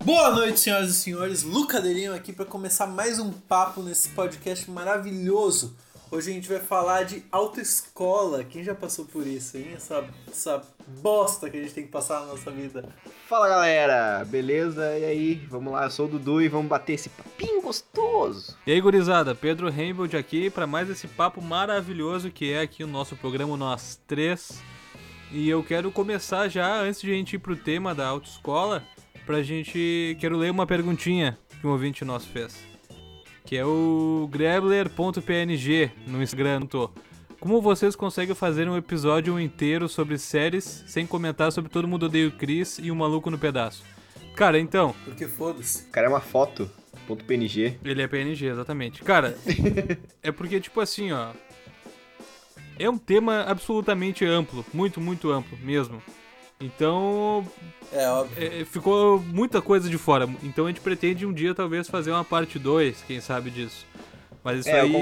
Boa noite, senhoras e senhores. Lucadeirinho aqui para começar mais um papo nesse podcast maravilhoso. Hoje a gente vai falar de autoescola. Quem já passou por isso, hein? Essa bosta que a gente tem que passar na nossa vida. Fala galera, beleza? E aí, vamos lá, eu sou o Dudu e vamos bater esse papinho gostoso. E aí gurizada, Pedro Rainbold aqui para mais esse papo maravilhoso que é aqui o nosso programa Nós Três. E eu quero começar já, antes de a gente ir pro tema da autoescola, quero ler uma perguntinha que um ouvinte nosso fez. Que é o Grebler.png no Instagram. Como vocês conseguem fazer um episódio inteiro sobre séries sem comentar sobre Todo Mundo Odeia o Chris e o Maluco no Pedaço? Cara, então... Porque foda-se. O cara é uma foto, .png. Ele é PNG, exatamente. Cara, é porque, tipo assim, ó... É um tema absolutamente amplo, muito, muito amplo mesmo. Então... É óbvio. Ficou muita coisa de fora. Então a gente pretende um dia talvez fazer uma parte 2, quem sabe disso. Mas isso aí... Eu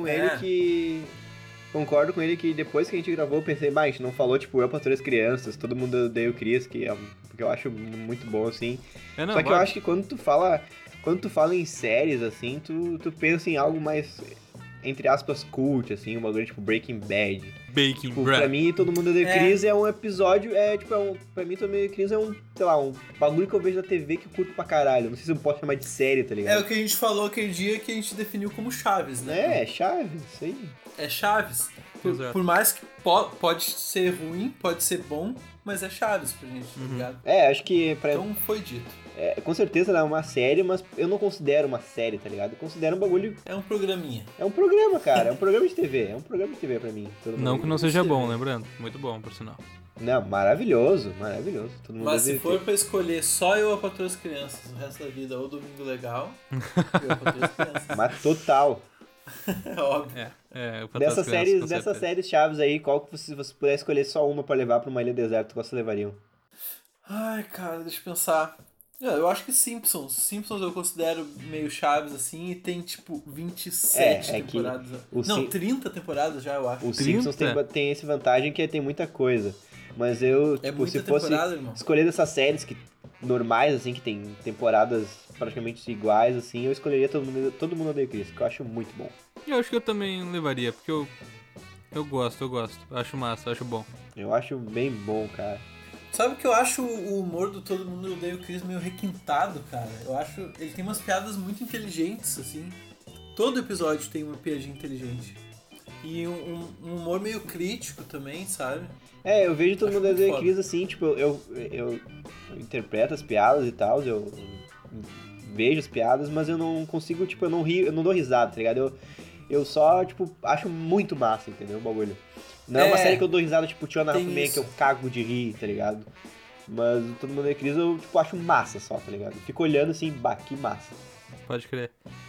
concordo com ele que depois que a gente gravou eu pensei, a gente não falou, tipo, Eu, Patroa e as Crianças, Todo Mundo Odeia o Chris, que eu acho muito bom, assim. Só que eu acho que quando tu fala em séries, assim, tu pensa em algo mais, entre aspas, cult, assim, um bagulho tipo Breaking Bad. Pra mim, Todo Mundo Odeia o Chris é um episódio, pra mim, Todo Mundo Odeia o Chris é um bagulho que eu vejo na TV que eu curto pra caralho. Não sei se eu posso chamar de série, tá ligado? É o que a gente falou aquele dia que a gente definiu como Chaves, né? É, Chaves, isso aí. É Chaves. Por mais que pode ser ruim, pode ser bom, mas é Chaves pra gente, tá ligado? Acho que... Então foi dito. Com certeza ela é uma série, mas eu não considero uma série, tá ligado? Eu considero um bagulho... É um programinha. É um programa, cara. É um programa de TV. É um programa de TV pra mim. Não que não seja bom, lembrando. Muito bom, por sinal. Não, maravilhoso. Todo mundo mas se for pra escolher só Eu, a Patroa e as Crianças o resto da vida ou Domingo Legal, Eu, a Patroa e as Crianças. Mas total. É óbvio. Dessas séries Chaves aí, qual que se você puder escolher só uma pra levar pra uma ilha deserta, qual você levariam? Ai, cara, deixa eu pensar. Eu acho que Simpsons. Simpsons eu considero meio Chaves, assim, e tem, tipo, 27 temporadas. 30 temporadas já, eu acho. O Simpsons tem essa vantagem que tem muita coisa. Mas eu, se fosse escolher dessas séries normais, assim, que tem temporadas praticamente iguais, assim, eu escolheria Todo Mundo Odeia o Chris, que eu acho muito bom. Eu acho que eu também levaria, porque eu gosto. Eu acho massa, eu acho bom. Eu acho bem bom, cara. Sabe que eu acho o humor do Todo Mundo Odeia o Chris meio requintado, cara? Eu acho... Ele tem umas piadas muito inteligentes, assim. Todo episódio tem uma piadinha inteligente. E um humor meio crítico também, sabe? Eu vejo Todo Mundo Odeia o Chris, assim, tipo, eu interpreto as piadas e tal, eu vejo as piadas, mas eu não consigo, tipo, eu não dou risada, tá ligado? Eu só, tipo, acho muito massa, entendeu? O bagulho. Não é uma série que eu dou risada, tipo, Two and a Half Men, que eu cago de rir, tá ligado? Mas Todo Mundo Odeia o Chris eu, tipo, acho massa só, tá ligado? Fico olhando assim, que massa. Pode crer.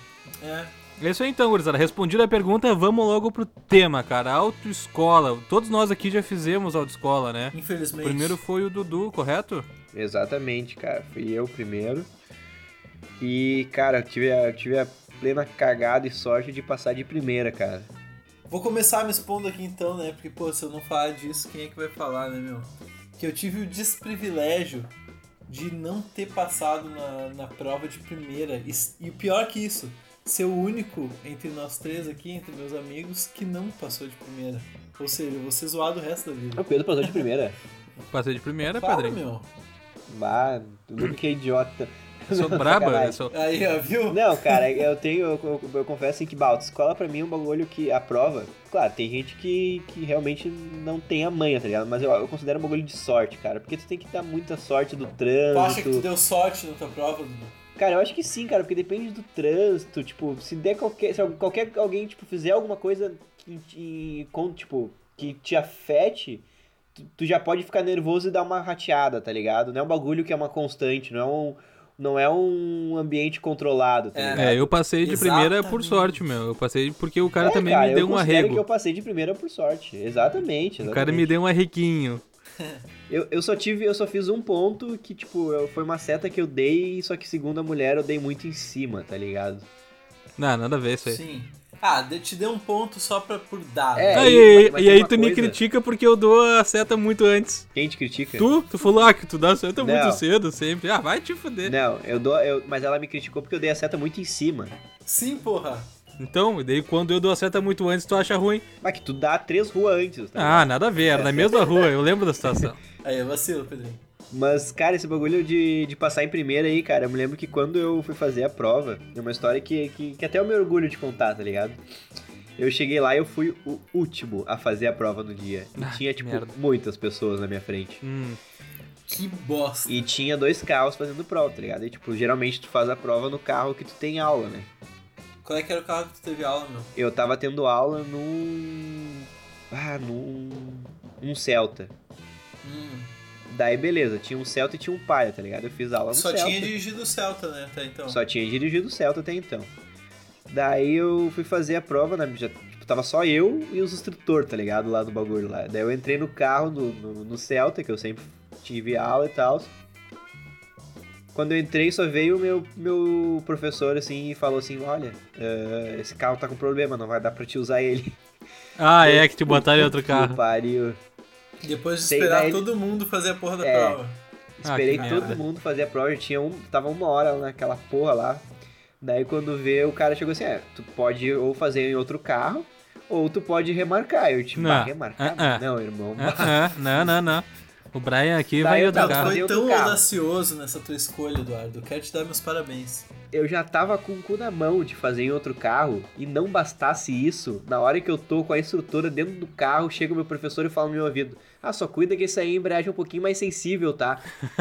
É isso aí então, gurizada. Respondida a pergunta, vamos logo pro tema, cara. Autoescola. Todos nós aqui já fizemos autoescola, né? Infelizmente. Primeiro foi o Dudu, correto? Exatamente, cara. Fui eu primeiro. E, cara, eu tive a plena cagada e sorte de passar de primeira, cara. Vou começar me expondo aqui então, né? Porque, pô, se eu não falar disso, quem é que vai falar, né, meu? Que eu tive o desprivilégio de não ter passado na prova de primeira. E o pior que isso, ser o único entre nós três aqui, entre meus amigos, que não passou de primeira. Ou seja, eu vou ser zoado o resto da vida. O Pedro passou de primeira. Passei de primeira, Fala, padrinho. meu. Tudo que é idiota. Eu sou braba, Aí, ó, viu? Não, cara, eu confesso assim que, autoescola pra mim é um bagulho que a prova, claro, tem gente que realmente não tem a manha, tá ligado? Mas eu considero um bagulho de sorte, cara, porque tu tem que dar muita sorte do trânsito. Tu acha que tu deu sorte na tua prova, Dudu? Cara, eu acho que sim, cara, porque depende do trânsito, tipo, se qualquer alguém, tipo, fizer alguma coisa que te afete, tu já pode ficar nervoso e dar uma rateada, tá ligado? Não é um bagulho que é uma constante, não é um ambiente controlado, tá ligado? Eu passei de primeira por sorte, meu. Eu passei porque o cara também me deu um arrego. Que eu passei de primeira por sorte, exatamente. O cara me deu um arreguinho. Eu só fiz um ponto que, tipo, foi uma seta que eu dei, só que segundo a mulher eu dei muito em cima, tá ligado? Não, nada a ver isso aí. Sim. Te dei um ponto só por dar. E aí tu me critica porque eu dou a seta muito antes. Quem te critica? Tu falou que tu dá a seta muito cedo sempre. Vai te fuder. Não, mas ela me criticou porque eu dei a seta muito em cima. Sim, porra. Então, e daí quando eu dou a seta muito antes, tu acha ruim? Mas que tu dá 3 ruas antes. Tá nada a ver, era na mesma rua, eu lembro da situação. Aí é vacilo, Pedrinho. Mas, cara, esse bagulho de passar em primeira aí, cara, eu me lembro que quando eu fui fazer a prova, é uma história que até eu me orgulho de contar, tá ligado? Eu cheguei lá e eu fui o último a fazer a prova no dia. E tinha, tipo, muitas pessoas na minha frente. Que bosta. E tinha 2 carros fazendo prova, tá ligado? E, tipo, geralmente tu faz a prova no carro que tu tem aula, né? Qual é que era o carro que tu teve aula, meu? Eu tava tendo aula num Celta. Daí, beleza, tinha um Celta e tinha um Palio, tá ligado? Eu fiz aula no Celta. Só tinha dirigido o Celta, né, até então? Só tinha dirigido o Celta até então. Daí eu fui fazer a prova, né? Tava só eu e os instrutores, tá ligado? Lá do bagulho lá. Daí eu entrei no carro no Celta, que eu sempre tive aula e tal. Quando eu entrei, só veio o meu professor, assim, e falou assim, olha, esse carro tá com problema, não vai dar pra te usar ele. Que te botaram em outro carro. Pariu. Depois de esperar todo mundo fazer a porra da prova. Esperei todo mundo fazer a prova, tava 1 hora naquela porra lá. Daí quando vê, o cara chegou assim, tu pode ou fazer em outro carro, ou tu pode remarcar. Eu tipo, remarcar? Não, irmão. Não. O Brian aqui vai em outro carro. Tu foi tão audacioso nessa tua escolha, Eduardo. Eu quero te dar meus parabéns. Eu já tava com o cu na mão de fazer em outro carro, e não bastasse isso, na hora que eu tô com a instrutora dentro do carro, chega o meu professor e fala no meu ouvido, só cuida que esse aí a embreagem é um pouquinho mais sensível, tá?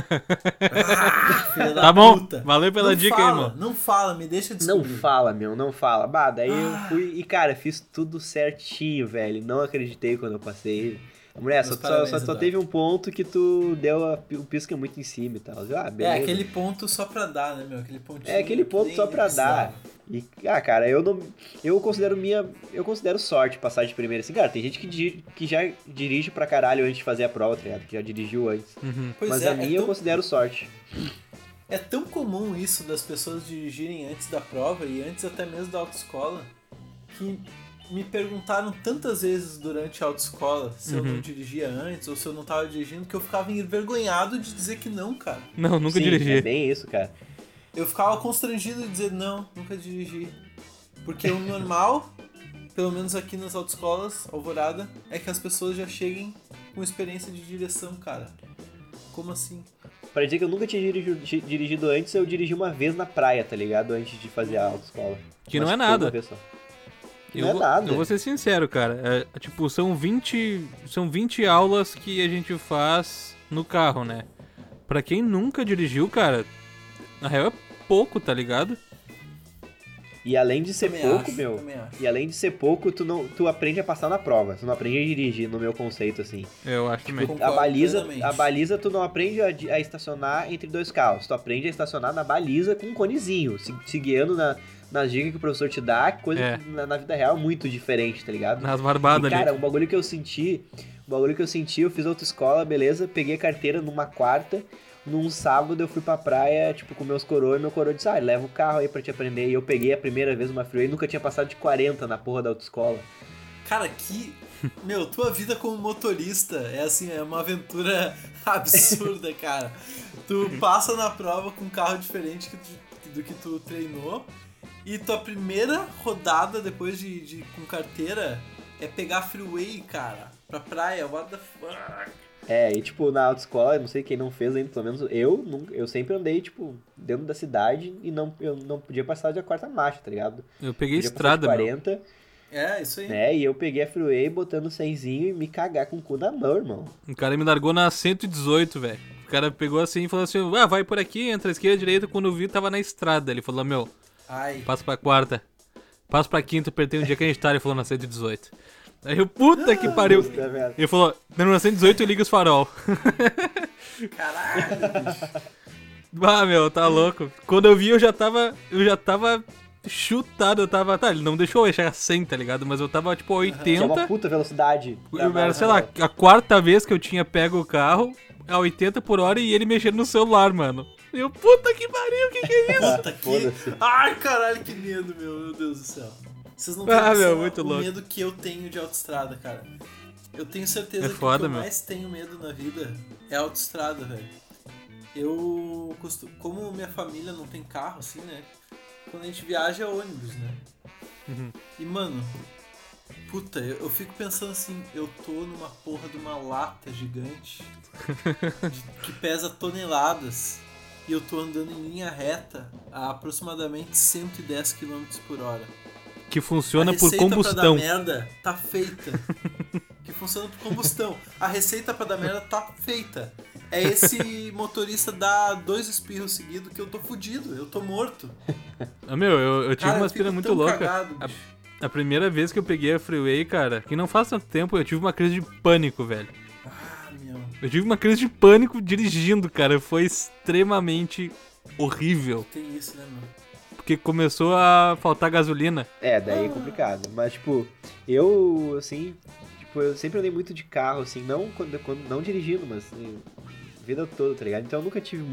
Tá bom, valeu pela dica aí, mano. Não fala, me deixa descobrir. Não fala, não fala. Daí eu fui e, cara, fiz tudo certinho, velho. Não acreditei quando eu passei. Mulher, só teve um ponto que tu deu o pisca muito em cima e tal. Beleza. Aquele ponto só pra dar, né, meu? Aquele pontinho. Aquele ponto só pra dar. E, cara, eu considero sorte passar de primeira. Assim, cara, tem gente que já dirige pra caralho antes de fazer a prova, tá ligado? Que já dirigiu antes. Mas a minha eu considero sorte. É tão comum isso das pessoas dirigirem antes da prova e antes até mesmo da autoescola que me perguntaram tantas vezes durante a autoescola se eu não dirigia antes ou se eu não tava dirigindo que eu ficava envergonhado de dizer que não, cara. Não, nunca dirigi. É bem isso, cara. Eu ficava constrangido de dizer não, nunca dirigi. Porque o normal, pelo menos aqui nas autoescolas, Alvorada, é que as pessoas já cheguem com experiência de direção, cara. Como assim? Pra dizer que eu nunca tinha dirigido antes, eu dirigi uma vez na praia, tá ligado? Antes de fazer a autoescola. Que não é nada. Não é nada. Eu vou ser sincero, cara. Tipo, são 20 aulas que a gente faz no carro, né? Pra quem nunca dirigiu, cara, na real é pouco, tá ligado? E além de ser e além de ser pouco, tu aprende a passar na prova. Tu não aprende a dirigir, no meu conceito, assim. Eu acho também. A baliza tu não aprende a estacionar entre 2 carros. Tu aprende a estacionar na baliza com um conezinho, se guiando nas dicas que o professor te dá, coisa que na vida real é muito diferente, tá ligado? Nas barbadas ali. Cara, um bagulho que eu senti, eu fiz autoescola, beleza, peguei a carteira numa quarta, num sábado eu fui pra praia, tipo, com meus coroas, e meu coroa disse, leva o carro aí pra te aprender, e eu peguei a primeira vez uma freeway, nunca tinha passado de 40 na porra da autoescola. Cara, tua vida como motorista é assim, é uma aventura absurda, cara. Tu passa na prova com um carro diferente do que tu treinou, e tua primeira rodada depois de com carteira é pegar a freeway, cara, pra praia, what the fuck? E tipo, na autoescola, não sei quem não fez ainda, pelo menos eu sempre andei, tipo, dentro da cidade e eu não podia passar de a 4ª marcha, tá ligado? Eu peguei estrada, 40, meu. Isso aí. E eu peguei a freeway botando 100zinho e me cagar com o cu na mão, irmão. O cara me largou na 118, velho. O cara pegou assim e falou assim, vai por aqui, entra à esquerda, direita, quando eu vi, tava na estrada. Ele falou, passa pra 4ª, passa pra 5ª, apertei um dia que a gente tá, ele falou na 118. Aí eu, puta que pariu. Ele falou, na 118 liga os farol. Caralho, meu, tá louco. Quando eu vi, eu já tava chutado, ele não deixou eu chegar a 100, tá ligado? Mas eu tava, tipo, a 80. Tinha uma puta velocidade. Era, sei lá, a 4ª vez que eu tinha pego o carro, a 80 por hora, e ele mexendo no celular, mano. Eu, puta que pariu, que é isso? Ai, caralho, que medo, meu Deus do céu. Vocês não têm noção muito o louco. medo que eu tenho de autoestrada, cara. Eu tenho certeza que foda, o que eu meu. mais tenho medo na vida é autoestrada, velho. Como minha família não tem carro, assim, né? Quando a gente viaja é ônibus, né? Uhum. E, mano, puta, eu fico pensando assim, eu tô numa porra de uma lata gigante que pesa toneladas e eu tô andando em linha reta a aproximadamente 110 km por hora. Que funciona por A combustão. receita pra dar merda tá feita. Que funciona por combustão. A receita pra dar merda tá feita. É esse motorista dar 2 espirros seguidos que eu tô fudido, eu tô morto. Eu tive Cara, uma eu aspira fico muito tão louca. cagado, bicho. A primeira vez que eu peguei a freeway, cara, que não faz tanto tempo, eu tive uma crise de pânico, velho. Ah, meu. Eu tive uma crise de pânico dirigindo, cara. Foi extremamente horrível. Tem isso, né, meu? Porque começou a faltar gasolina. Daí é complicado. Mas, tipo, eu, assim, eu sempre andei muito de carro, assim, não não dirigindo, mas assim, a vida toda, tá ligado? Então eu nunca tive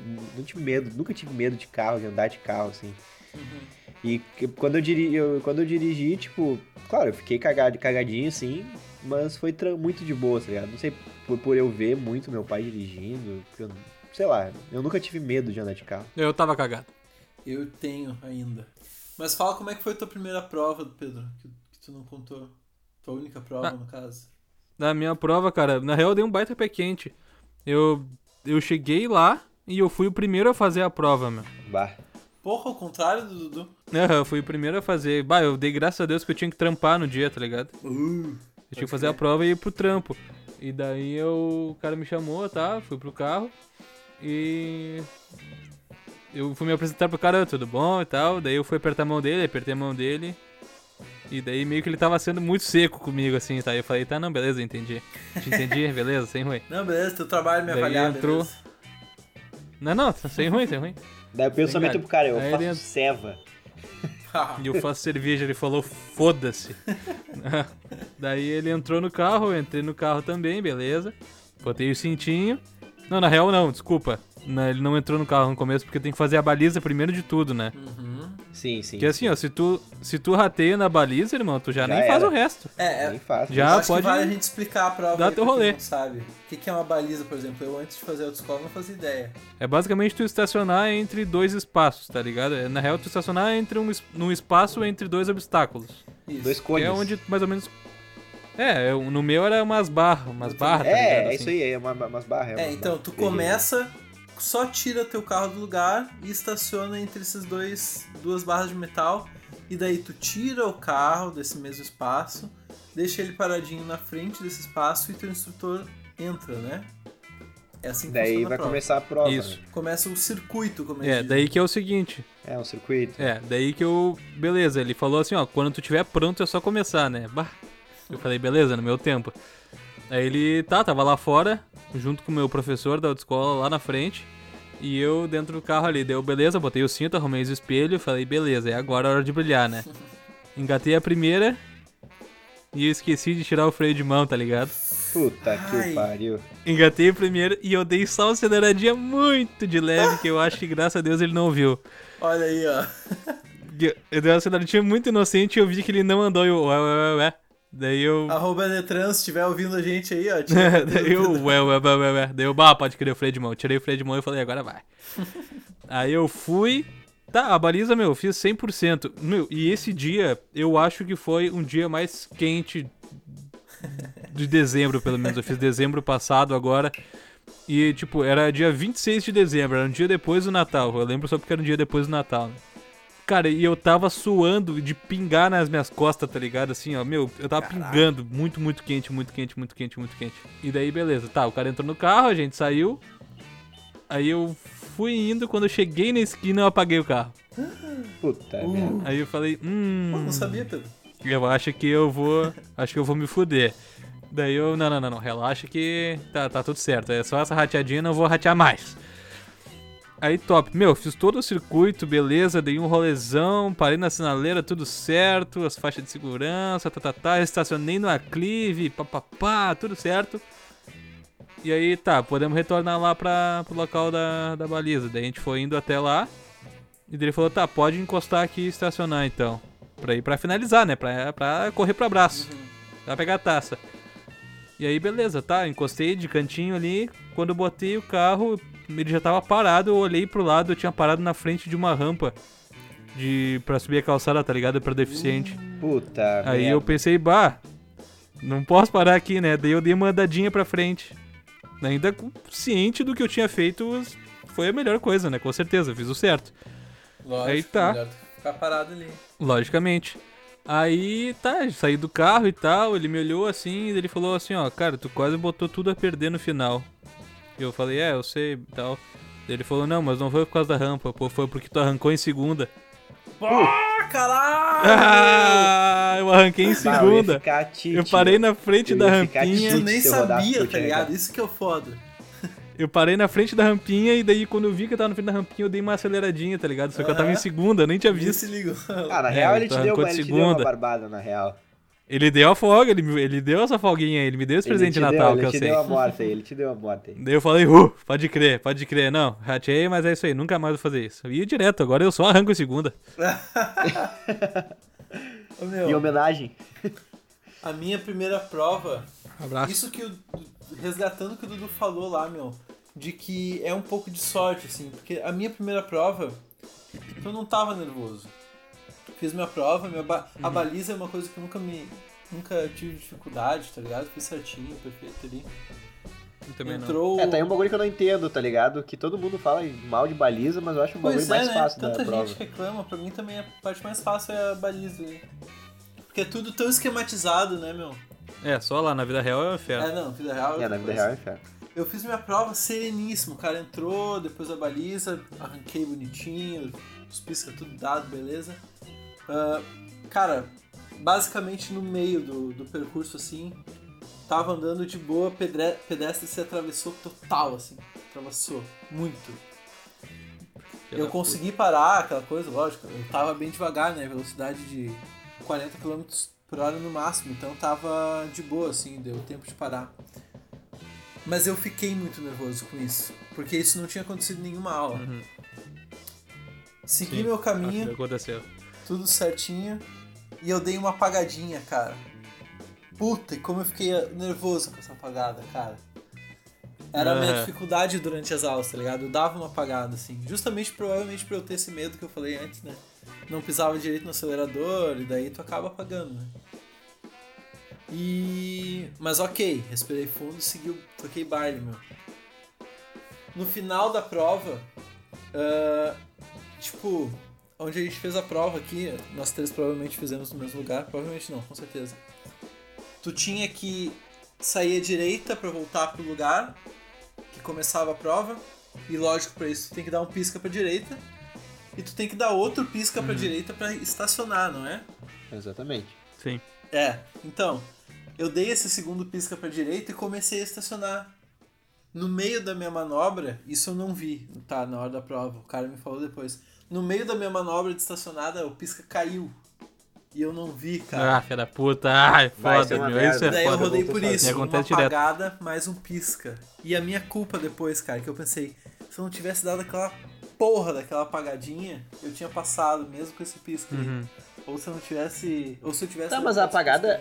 medo de carro, de andar de carro, assim. E quando eu dirigi, tipo, claro, eu fiquei cagadinho, assim, mas foi muito de boa, tá ligado? Não sei, por eu ver muito meu pai dirigindo, sei lá, eu nunca tive medo de andar de carro. Eu tava cagado. Eu tenho ainda. Mas fala como é que foi a tua primeira prova, Pedro, que tu não contou. Tua única prova, no caso. Na minha prova, cara, na real eu dei um baita pé quente. Eu cheguei lá e eu fui o primeiro a fazer a prova, meu. Bah. Porra, ao contrário do Dudu. Eu fui o primeiro a fazer. Eu dei graças a Deus que eu tinha que trampar no dia, tá ligado? Eu tinha que fazer a prova e ir pro trampo. E daí o cara me chamou, tá? Fui pro carro e eu fui me apresentar pro cara, tudo bom e tal. Daí eu fui apertar a mão dele, apertei a mão dele. E daí meio que ele tava sendo muito seco comigo, assim, tá? Eu falei, tá, não, beleza, entendi. Te entendi, beleza, sem ruim. Não, beleza, teu trabalho me Daí avaliar, entrou. beleza. Não, sem ruim, sem ruim. Daí o pensamento pro cara, eu Aí faço ele- ceva. E eu faço cerveja, ele falou, foda-se. Daí ele entrou no carro, eu entrei no carro também, beleza. Botei o cintinho. Não, na real não, desculpa. Ele não entrou no carro no começo porque tem que fazer a baliza primeiro de tudo, né? Sim. Porque assim, ó, se tu rateia na baliza, irmão, tu já nem Já faz era. o resto. Nem faço. Já eu acho pode que vale a gente explicar a prova dar aí teu pra quem rolê. não sabe. O que é uma baliza, por exemplo? Eu antes de fazer a autoescola não fazia ideia. É basicamente tu estacionar entre dois espaços, tá ligado? Na real, tu estacionar num espaço entre dois obstáculos. Isso. 2 Que cones. é onde mais ou menos... no meu era umas barras, tá ligado? É assim. isso aí, é umas barras. Então, tu começa, só tira teu carro do lugar e estaciona entre esses duas barras de metal. E daí tu tira o carro desse mesmo espaço, deixa ele paradinho na frente desse espaço e teu instrutor entra, né? É assim que Daí funciona a vai prova. começar a prova. Isso. Né? Começa o circuito, como eles dizem. Daí que é o seguinte. É um circuito. Daí que eu... Beleza, ele falou assim, ó, quando tu tiver pronto é só começar, né? Bah. Eu falei, beleza, no meu tempo. Aí ele, tava lá fora, junto com o meu professor da autoescola lá na frente. E eu dentro do carro ali, deu beleza, botei o cinto, arrumei os espelhos, falei, beleza, é agora a hora de brilhar, né? Engatei a primeira e eu esqueci de tirar o freio de mão, tá ligado? Puta que pariu. Engatei a primeira e eu dei só uma aceleradinha muito de leve, que eu acho que graças a Deus ele não viu. Olha aí, ó. Eu dei uma aceleradinha muito inocente e eu vi que ele não andou e eu, ué. Daí eu... @Detran, se estiver ouvindo a gente aí, ó. Daí eu, Daí eu, pode querer o freio de mão. Tirei o freio de mão e falei, agora vai. Aí eu fui... a baliza, meu, eu fiz 100%. Meu, e esse dia, eu acho que foi um dia mais quente de dezembro, pelo menos. Eu fiz dezembro passado agora. E, tipo, era dia 26 de dezembro, era um dia depois do Natal. Eu lembro só porque era um dia depois do Natal, né? Cara, e eu tava suando de pingar nas minhas costas, tá ligado? Assim, ó, meu, eu tava pingando muito, muito quente, muito quente, muito quente, muito quente. E daí, beleza, o cara entrou no carro, a gente saiu. Aí eu fui indo, quando eu cheguei na esquina eu apaguei o carro. Puta merda. Aí eu falei, Pô, não sabia, Pedro. eu acho que eu vou me fuder. Daí eu, não, relaxa que tá tudo certo. É só essa rateadinha, não vou ratear mais. Aí top, meu, fiz todo o circuito, beleza, dei um rolezão, parei na sinaleira, tudo certo, as faixas de segurança, estacionei no aclive, papapá, tudo certo. E aí podemos retornar lá pro local da baliza. Daí a gente foi indo até lá, e daí ele falou, pode encostar aqui e estacionar então. pra ir pra finalizar, né? Pra correr pro abraço. Pra pegar a taça. E aí, beleza, tá? Encostei de cantinho ali. Quando eu botei o carro, ele já tava parado. Eu olhei pro lado, eu tinha parado na frente de uma rampa pra subir a calçada, tá ligado? Pra deficiente. Puta Aí merda. eu pensei, não posso parar aqui, né? Daí eu dei uma andadinha pra frente. Ainda ciente do que eu tinha feito, foi a melhor coisa, né? Com certeza, fiz o certo. Lógico, aí tá. Melhor do que ficar parado ali. Logicamente. Aí tá, saí do carro e tal, ele me olhou assim e ele falou assim, ó, cara, tu quase botou tudo a perder no final. E eu falei, eu sei e tal. Ele falou, não, mas não foi por causa da rampa, pô, foi porque tu arrancou em segunda. Caralho! Eu arranquei em segunda. Eu parei na frente da rampinha. Eu nem sabia, tá ligado? Isso que é o foda. Eu parei na frente da rampinha e daí quando eu vi que eu tava na frente da rampinha eu dei uma aceleradinha, tá ligado? Só que eu tava em segunda, eu nem tinha visto. Se ligou. Na real ele te deu uma barbada, na real. Ele deu a folga, ele deu essa folguinha aí, ele me deu esse presente de Natal, que eu sei. Ele te deu a morte aí. Daí eu falei, pode crer. Não, ratei, mas é isso aí, nunca mais vou fazer isso. E direto, agora eu só arranco em segunda. Ô, meu, em homenagem. A minha primeira prova, Abraço. Isso que resgatando o que o Dudu falou lá, meu, de que é um pouco de sorte, assim, porque a minha primeira prova, eu não tava nervoso. Fiz minha prova, a baliza é uma coisa que eu nunca tive dificuldade, tá ligado? Fiz certinho, perfeito ali. Também Entrou... tá aí um bagulho que eu não entendo, tá ligado? Que todo mundo fala mal de baliza, mas eu acho o bagulho mais fácil da prova. Tanta gente reclama, pra mim também a parte mais fácil é a baliza ali. Porque é tudo tão esquematizado, né, meu? Só lá, na vida real é o inferno. Não, vida real na vida real é inferno. Eu fiz minha prova sereníssimo, o cara entrou, depois a baliza, arranquei bonitinho, os pisca tudo dado, beleza. Cara, basicamente no meio do percurso, assim, tava andando de boa, pedestre se atravessou total, assim, atravessou muito. Eu consegui parar, aquela coisa, lógico, eu tava bem devagar, né, velocidade de 40 km por hora no máximo, então tava de boa, assim, deu tempo de parar. Mas eu fiquei muito nervoso com isso, porque isso não tinha acontecido em nenhuma aula. Segui meu caminho, tudo certinho, e eu dei uma apagadinha, cara. Puta, e como eu fiquei nervoso com essa apagada, cara. Era a minha dificuldade durante as aulas, tá ligado? Eu dava uma apagada, assim. Justamente, provavelmente, pra eu ter esse medo que eu falei antes, né? Não pisava direito no acelerador, e daí tu acaba apagando, né? Mas ok, respirei fundo e toquei baile, meu. No final da prova, onde a gente fez a prova aqui, nós três provavelmente fizemos no mesmo lugar, provavelmente não, com certeza. Tu tinha que sair à direita pra voltar pro lugar que começava a prova, e lógico, pra isso tu tem que dar um pisca pra direita, e tu tem que dar outro pisca pra direita pra estacionar, não é? Exatamente. Sim. Então, eu dei esse segundo pisca pra direita e comecei a estacionar. No meio da minha manobra, isso eu não vi, tá, na hora da prova, o cara me falou depois. No meio da minha manobra de estacionada, o pisca caiu. E eu não vi, cara. Filha da puta. Ai, foda, meu. Isso é foda. Daí eu rodei por isso, uma apagada, direto. mais um pisca. E a minha culpa depois, cara, que eu pensei, se eu não tivesse dado aquela porra daquela apagadinha, eu tinha passado, mesmo com esse pisca aí. Ou se eu não tivesse... Ou se eu tivesse... Tá, mas a apagada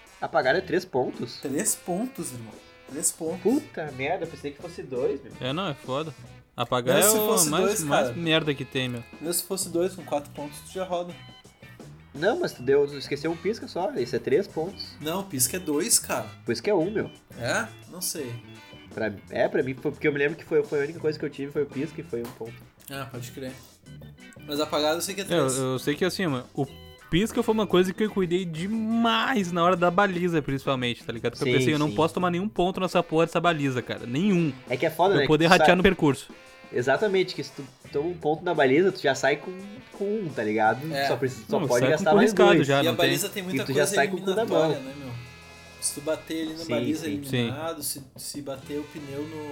é 3 pontos? 3 pontos, irmão. 3 pontos. Puta merda, eu pensei que fosse 2, meu. Não, é foda. Apagar é o mais merda que tem, meu. Mesmo se fosse 2, com 4 pontos, tu já roda. Não, mas tu esqueceu um pisca só, isso é 3 pontos. Não, pisca é 2, cara. Pisca é 1, meu. É? Não sei. Pra mim, porque eu me lembro que foi a única coisa que eu tive, foi o pisca e foi 1 ponto. Pode crer. Mas apagado eu sei que é 3. Eu sei que assim, mano, o pisca foi uma coisa que eu cuidei demais na hora da baliza, principalmente, tá ligado? Porque eu pensei, eu não posso tomar nenhum ponto nessa porra dessa baliza, cara. Nenhum. É que é foda, né? Pra poder ratear no percurso. Exatamente, que se tu toma um ponto na baliza, tu já sai com 1, tá ligado? Só pode gastar mais 2. Já, e a baliza tem muita coisa sai eliminatória, né, meu? Se tu bater ali na baliza eliminado, sim. Se bater o pneu no...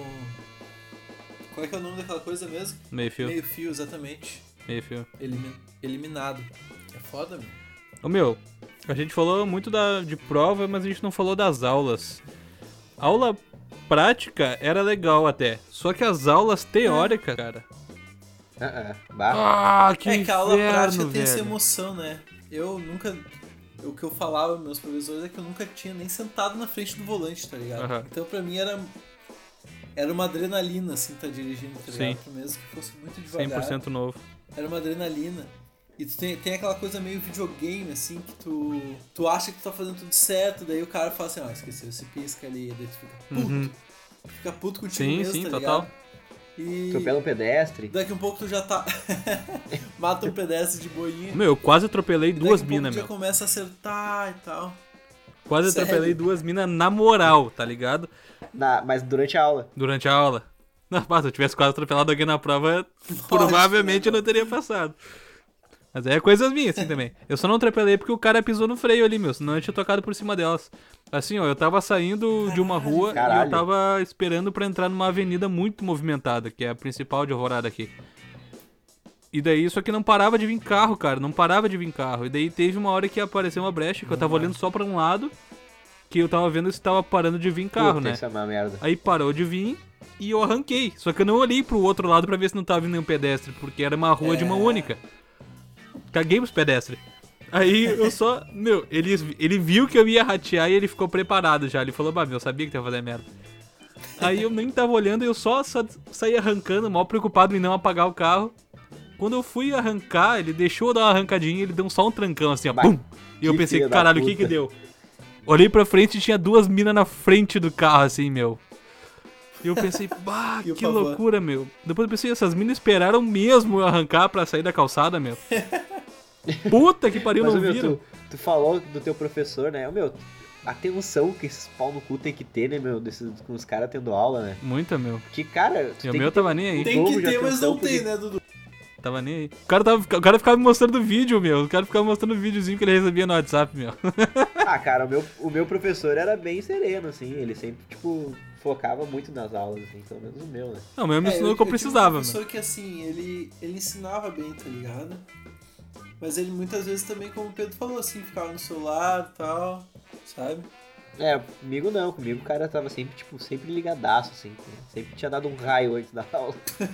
Qual é que é o nome daquela coisa mesmo? Meio fio. Meio fio, exatamente. Meio fio. Eliminado. É foda, meu. Meu, a gente falou muito de prova, mas a gente não falou das aulas. Aula prática era legal até. Só que as aulas teóricas, cara... Que que a aula prática tem velho. essa emoção, né? eu nunca... O que eu falava pros meus professores é que eu nunca tinha nem sentado na frente do volante, tá ligado? Uhum. Então pra mim era uma adrenalina, assim, tá dirigindo, tá ligado? Sim. Mesmo que fosse muito devagar. 100% novo. Era uma adrenalina. E tu tem aquela coisa meio videogame, assim, que tu acha que tu tá fazendo tudo certo, daí o cara fala assim, esqueceu esse pisca ali, daí tu fica puto. Uhum. Tu fica puto contigo mesmo, Sim, tá total. ligado? E atropela um pedestre. daqui um pouco tu já tá... Mata um pedestre de boinha. Meu, eu quase atropelei duas minas, meu. meu. Já começa a acertar e tal. Quase Sério? atropelei duas minas na moral, tá ligado? Mas durante a aula. Durante a aula. Não, se eu tivesse quase atropelado alguém na prova, provavelmente eu não teria passado. Mas é coisas minhas, assim, também. Eu só não atropelei porque o cara pisou no freio ali, meu. Senão eu tinha tocado por cima delas. Assim, ó, eu tava saindo de uma rua e eu tava esperando pra entrar numa avenida muito movimentada, que é a principal de Alvorada aqui. E daí, só que não parava de vir carro, cara. Não parava de vir carro. E daí teve uma hora que apareceu uma brecha, que eu tava olhando só pra um lado, que eu tava vendo se tava parando de vir carro, né? Isso é uma merda. Aí parou de vir e eu arranquei. Só que eu não olhei pro outro lado pra ver se não tava vindo nenhum pedestre, porque era uma rua de mão única. Caguei pros pedestres. Aí eu só... Meu, ele viu que eu ia ratear e ele ficou preparado já. Ele falou, eu sabia que tu ia fazer merda. Aí eu nem tava olhando e eu só saí arrancando, mal preocupado em não apagar o carro. Quando eu fui arrancar, ele deixou eu dar uma arrancadinha e ele deu só um trancão assim, ó. Pum! E eu pensei, caralho, o que deu? Olhei pra frente e tinha duas minas na frente do carro, assim, meu. E eu pensei, que loucura, meu. Depois eu pensei, essas minas esperaram mesmo eu arrancar pra sair da calçada, meu. Puta que pariu, não viram. Tu falou do teu professor, né? Meu, atenção que esses pau no cu tem que ter, né, meu? Com os caras tendo aula, né? Muita, meu. Que, cara... E o meu tava nem aí. Tem que ter, mas não tem, né, Dudu? Tava nem aí. O cara ficava me mostrando vídeo, meu. O cara ficava mostrando o videozinho que ele recebia no WhatsApp, meu. Cara, o meu professor era bem sereno, assim. Ele sempre, tipo, focava muito nas aulas, assim. Pelo menos o meu, né? Não, o meu me ensinou o que eu precisava, meu. Um professor que, assim, ele ensinava bem, tá ligado? Mas ele muitas vezes também, como o Pedro falou, assim, ficava no celular e tal, sabe? Comigo não. Comigo o cara tava sempre, tipo, sempre ligadaço, assim. Sempre tinha dado um raio antes da aula.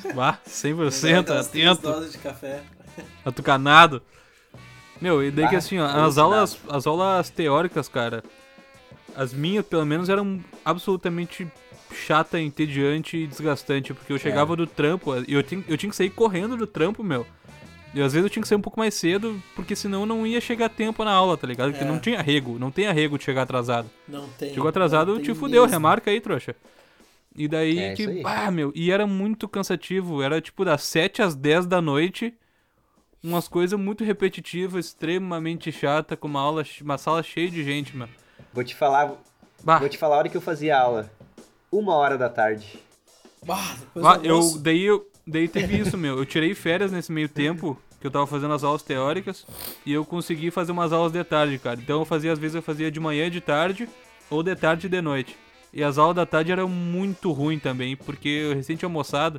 100% atento. Doses de café. Atucanado. Meu, e daí que assim, ó, as aulas teóricas, cara, as minhas, pelo menos, eram absolutamente chata, entediante e desgastante, porque eu chegava do trampo e eu tinha que sair correndo do trampo, meu. E às vezes eu tinha que sair um pouco mais cedo, porque senão eu não ia chegar a tempo na aula, tá ligado? Porque não tem arrego de chegar atrasado. Não tem. Chegou atrasado, te fudeu, remarca aí, trouxa. E daí meu, e era muito cansativo, era tipo das 7 às 10 da noite, umas coisas muito repetitivas, extremamente chata, com uma sala cheia de gente, meu. Vou te falar a hora que eu fazia aula. 1h da tarde. Daí teve isso, meu. Eu tirei férias nesse meio tempo que eu tava fazendo as aulas teóricas e eu consegui fazer umas aulas de tarde, cara. Então às vezes eu fazia de manhã e de tarde ou de tarde e de noite. E as aulas da tarde eram muito ruins também, porque eu recém tinha almoçado.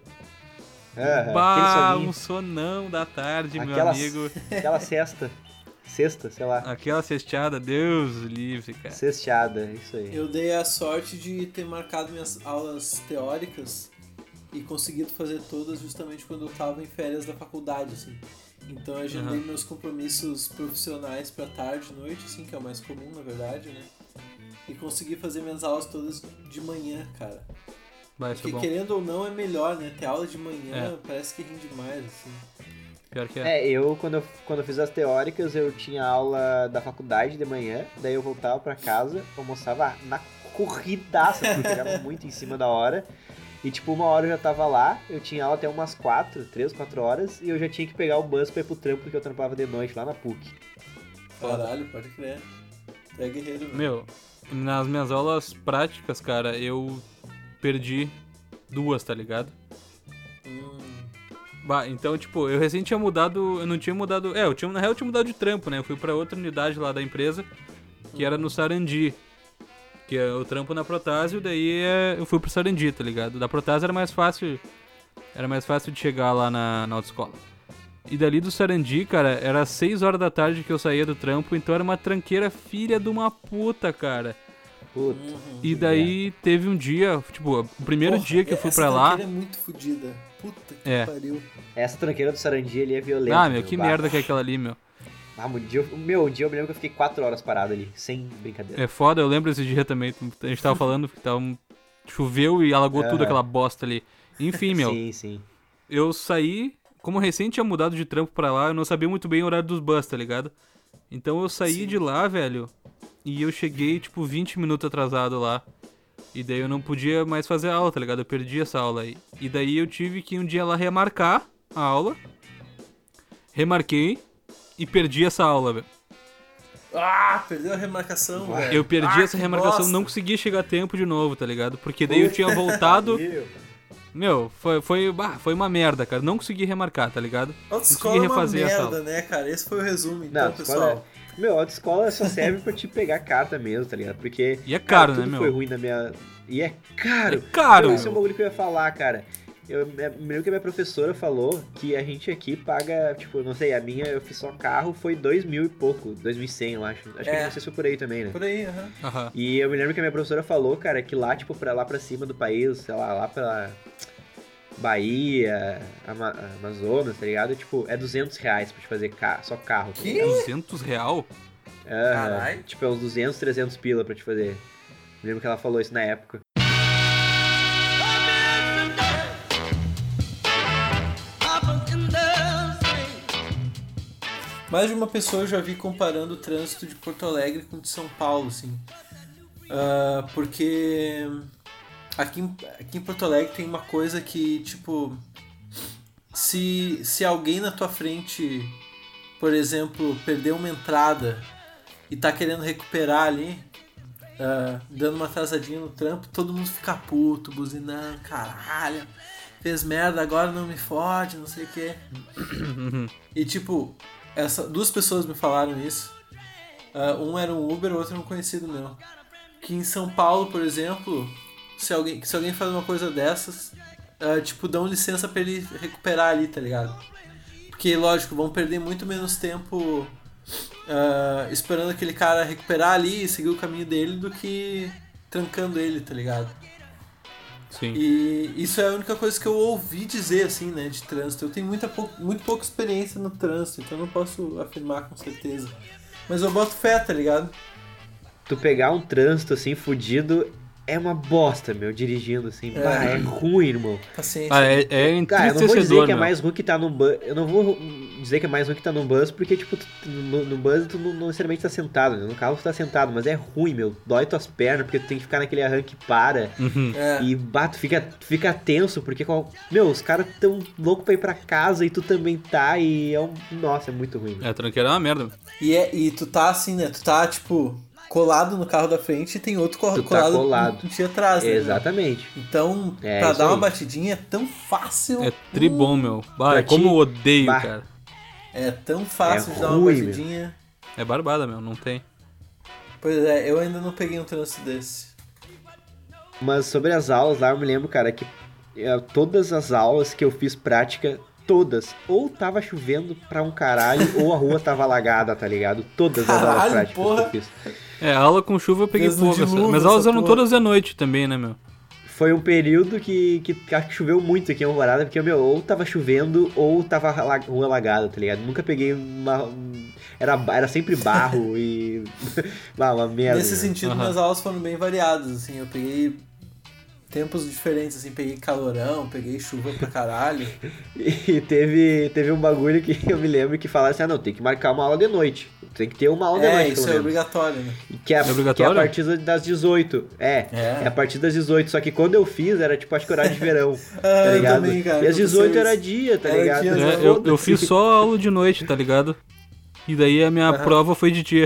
Um sonão da tarde, meu amigo. Aquela sexta, sei lá. Aquela cesteada, Deus livre, cara. Cesteada, isso aí. Eu dei a sorte de ter marcado minhas aulas teóricas e conseguido fazer todas justamente quando eu tava em férias da faculdade, assim. Então eu agendei meus compromissos profissionais pra tarde e noite, assim, que é o mais comum, na verdade, né? E consegui fazer minhas aulas todas de manhã, cara. Porque querendo ou não é melhor, né? Ter aula de manhã parece que rende mais, assim. Pior que é. Eu quando eu fiz as teóricas, eu tinha aula da faculdade de manhã, daí eu voltava pra casa, almoçava na corridaça, porque eu chegava muito em cima da hora. E tipo, 1h eu já tava lá, eu tinha aula até umas 3, 4 horas, e eu já tinha que pegar o bus pra ir pro trampo, porque eu trampava de noite lá na PUC. Caralho, pode crer. É guerreiro, meu. Nas minhas aulas práticas, cara, eu perdi 2, tá ligado? Então, tipo, eu recém tinha mudado, eu não tinha mudado, na real eu tinha mudado de trampo, né? Eu fui pra outra unidade lá da empresa, que era no Sarandi. Que é o trampo na Protásio, daí eu fui pro Sarandi, tá ligado? Da Protásio era mais fácil de chegar lá na autoescola. E dali do Sarandi, cara, era 6h da tarde que eu saía do trampo, então era uma tranqueira filha de uma puta, cara. E daí teve um dia, tipo, o primeiro dia que eu fui pra lá... Essa tranqueira é muito fodida. Puta que pariu. Essa tranqueira do Sarandi ali é violenta. Meu, que merda que é aquela ali, meu. um dia eu me lembro que eu fiquei 4 horas parado ali, sem brincadeira. É foda, eu lembro esse dia também. A gente tava falando que choveu e alagou tudo aquela bosta ali. Enfim, meu. Sim. Eu saí, como recém tinha mudado de trampo pra lá, eu não sabia muito bem o horário dos bus, tá ligado? Então eu saí de lá, velho, e eu cheguei, tipo, 20 minutos atrasado lá. E daí eu não podia mais fazer aula, tá ligado? Eu perdi essa aula aí. E daí eu tive que um dia lá remarcar a aula. Remarquei e perdi essa aula, velho. Perdeu a remarcação, velho. Eu perdi essa remarcação, bosta. não consegui chegar a tempo de novo, tá ligado? Porque daí eu tinha voltado... Meu, foi uma merda, cara. Não consegui remarcar, tá ligado? Autoescola é uma merda, né, cara? Esse foi o resumo, então, pessoal. Meu, a autoescola só serve pra te pegar carta mesmo, tá ligado? Porque... E é caro, tudo né, meu? foi ruim na minha... E é caro! É caro! Meu, esse é um bagulho que eu ia falar, cara. Eu me lembro que a minha professora falou que a gente aqui paga, tipo, não sei, a minha, eu fiz só carro, foi 2.000 e pouco, 2.100, eu acho. Acho que não sei se foi por aí também, né? Por aí, E eu me lembro que a minha professora falou, cara, que lá, tipo, lá pra cima do país, sei lá pela Bahia, Amazonas, tá ligado? Tipo, é R$200 pra te fazer só carro. Tá que? R$200? Caralho. Tipo, é uns 200, 300 pila pra te fazer. Me lembro que ela falou isso na época. Mais de uma pessoa eu já vi comparando o trânsito de Porto Alegre com o de São Paulo, assim. Porque aqui em Porto Alegre tem uma coisa que, tipo... Se alguém na tua frente, por exemplo, perdeu uma entrada e tá querendo recuperar ali, dando uma atrasadinha no trampo, todo mundo fica puto, buzinando, caralho, fez merda, agora não me fode, não sei o quê. E tipo, duas pessoas me falaram isso. Um era um Uber, o outro era um conhecido meu. Que em São Paulo, por exemplo, se alguém faz uma coisa dessas, tipo, dão licença pra ele recuperar ali, tá ligado? Porque, lógico, vão perder muito menos tempo esperando aquele cara recuperar ali e seguir o caminho dele do que trancando ele, tá ligado? Sim. E isso é a única coisa que eu ouvi dizer, assim, né, de trânsito. Eu tenho muito pouca experiência no trânsito, então eu não posso afirmar com certeza. Mas eu boto fé, tá ligado? Tu pegar um trânsito, assim, fudido, é uma bosta, meu, dirigindo, assim. É ruim, irmão. Paciência. É entristecedor, cara, eu não vou dizer que é meu. mais ruim que tá num bus. Eu não vou dizer que é mais ruim que tá num bus, porque, tipo, no bus tu não necessariamente tá sentado, né? No carro tu tá sentado, mas é ruim, meu. Dói tuas pernas, porque tu tem que ficar naquele arranque que para. E tu fica tenso, porque, meu, os caras tão loucos pra ir pra casa e tu também tá, e nossa, é muito ruim. Meu. Tranqueira é uma merda. E tu tá assim, né? Tu tá, tipo, colado no carro da frente e tem outro colado em ti atrás, né? Exatamente. Então, pra dar uma batidinha é tão fácil. É tribom, meu. Como eu odeio, cara. É tão fácil de dar uma batidinha. Meu. É barbada, meu. Não tem. Pois é, eu ainda não peguei um trânsito desse. Mas sobre as aulas lá, eu me lembro, cara, que todas as aulas que eu fiz prática, todas, ou tava chovendo pra um caralho, ou a rua tava alagada, tá ligado? Todas as aulas práticas que eu fiz. Aula com chuva eu peguei poucas. Mas aulas eram todas à noite também, né, meu? Foi um período que acho que choveu muito aqui em Alvorada, porque, meu, ou tava chovendo, ou tava rua alagada, tá ligado? Nunca peguei era sempre barro e... uma merda. Nesse sentido, minhas aulas foram bem variadas, assim, eu peguei tempos diferentes, assim, peguei calorão, peguei chuva pra caralho. E teve um bagulho que eu me lembro que falaram assim, não, tem que marcar uma aula de noite. Tem que ter uma aula de noite, isso é obrigatório, né? Que é a partir das 18. É a partir das 18. Só que quando eu fiz, era tipo, acho que horário de verão, tá ligado? Também, cara, e às 18 era dia, tá ligado? Eu fiz só aula de noite, tá ligado? E daí a minha prova foi de dia.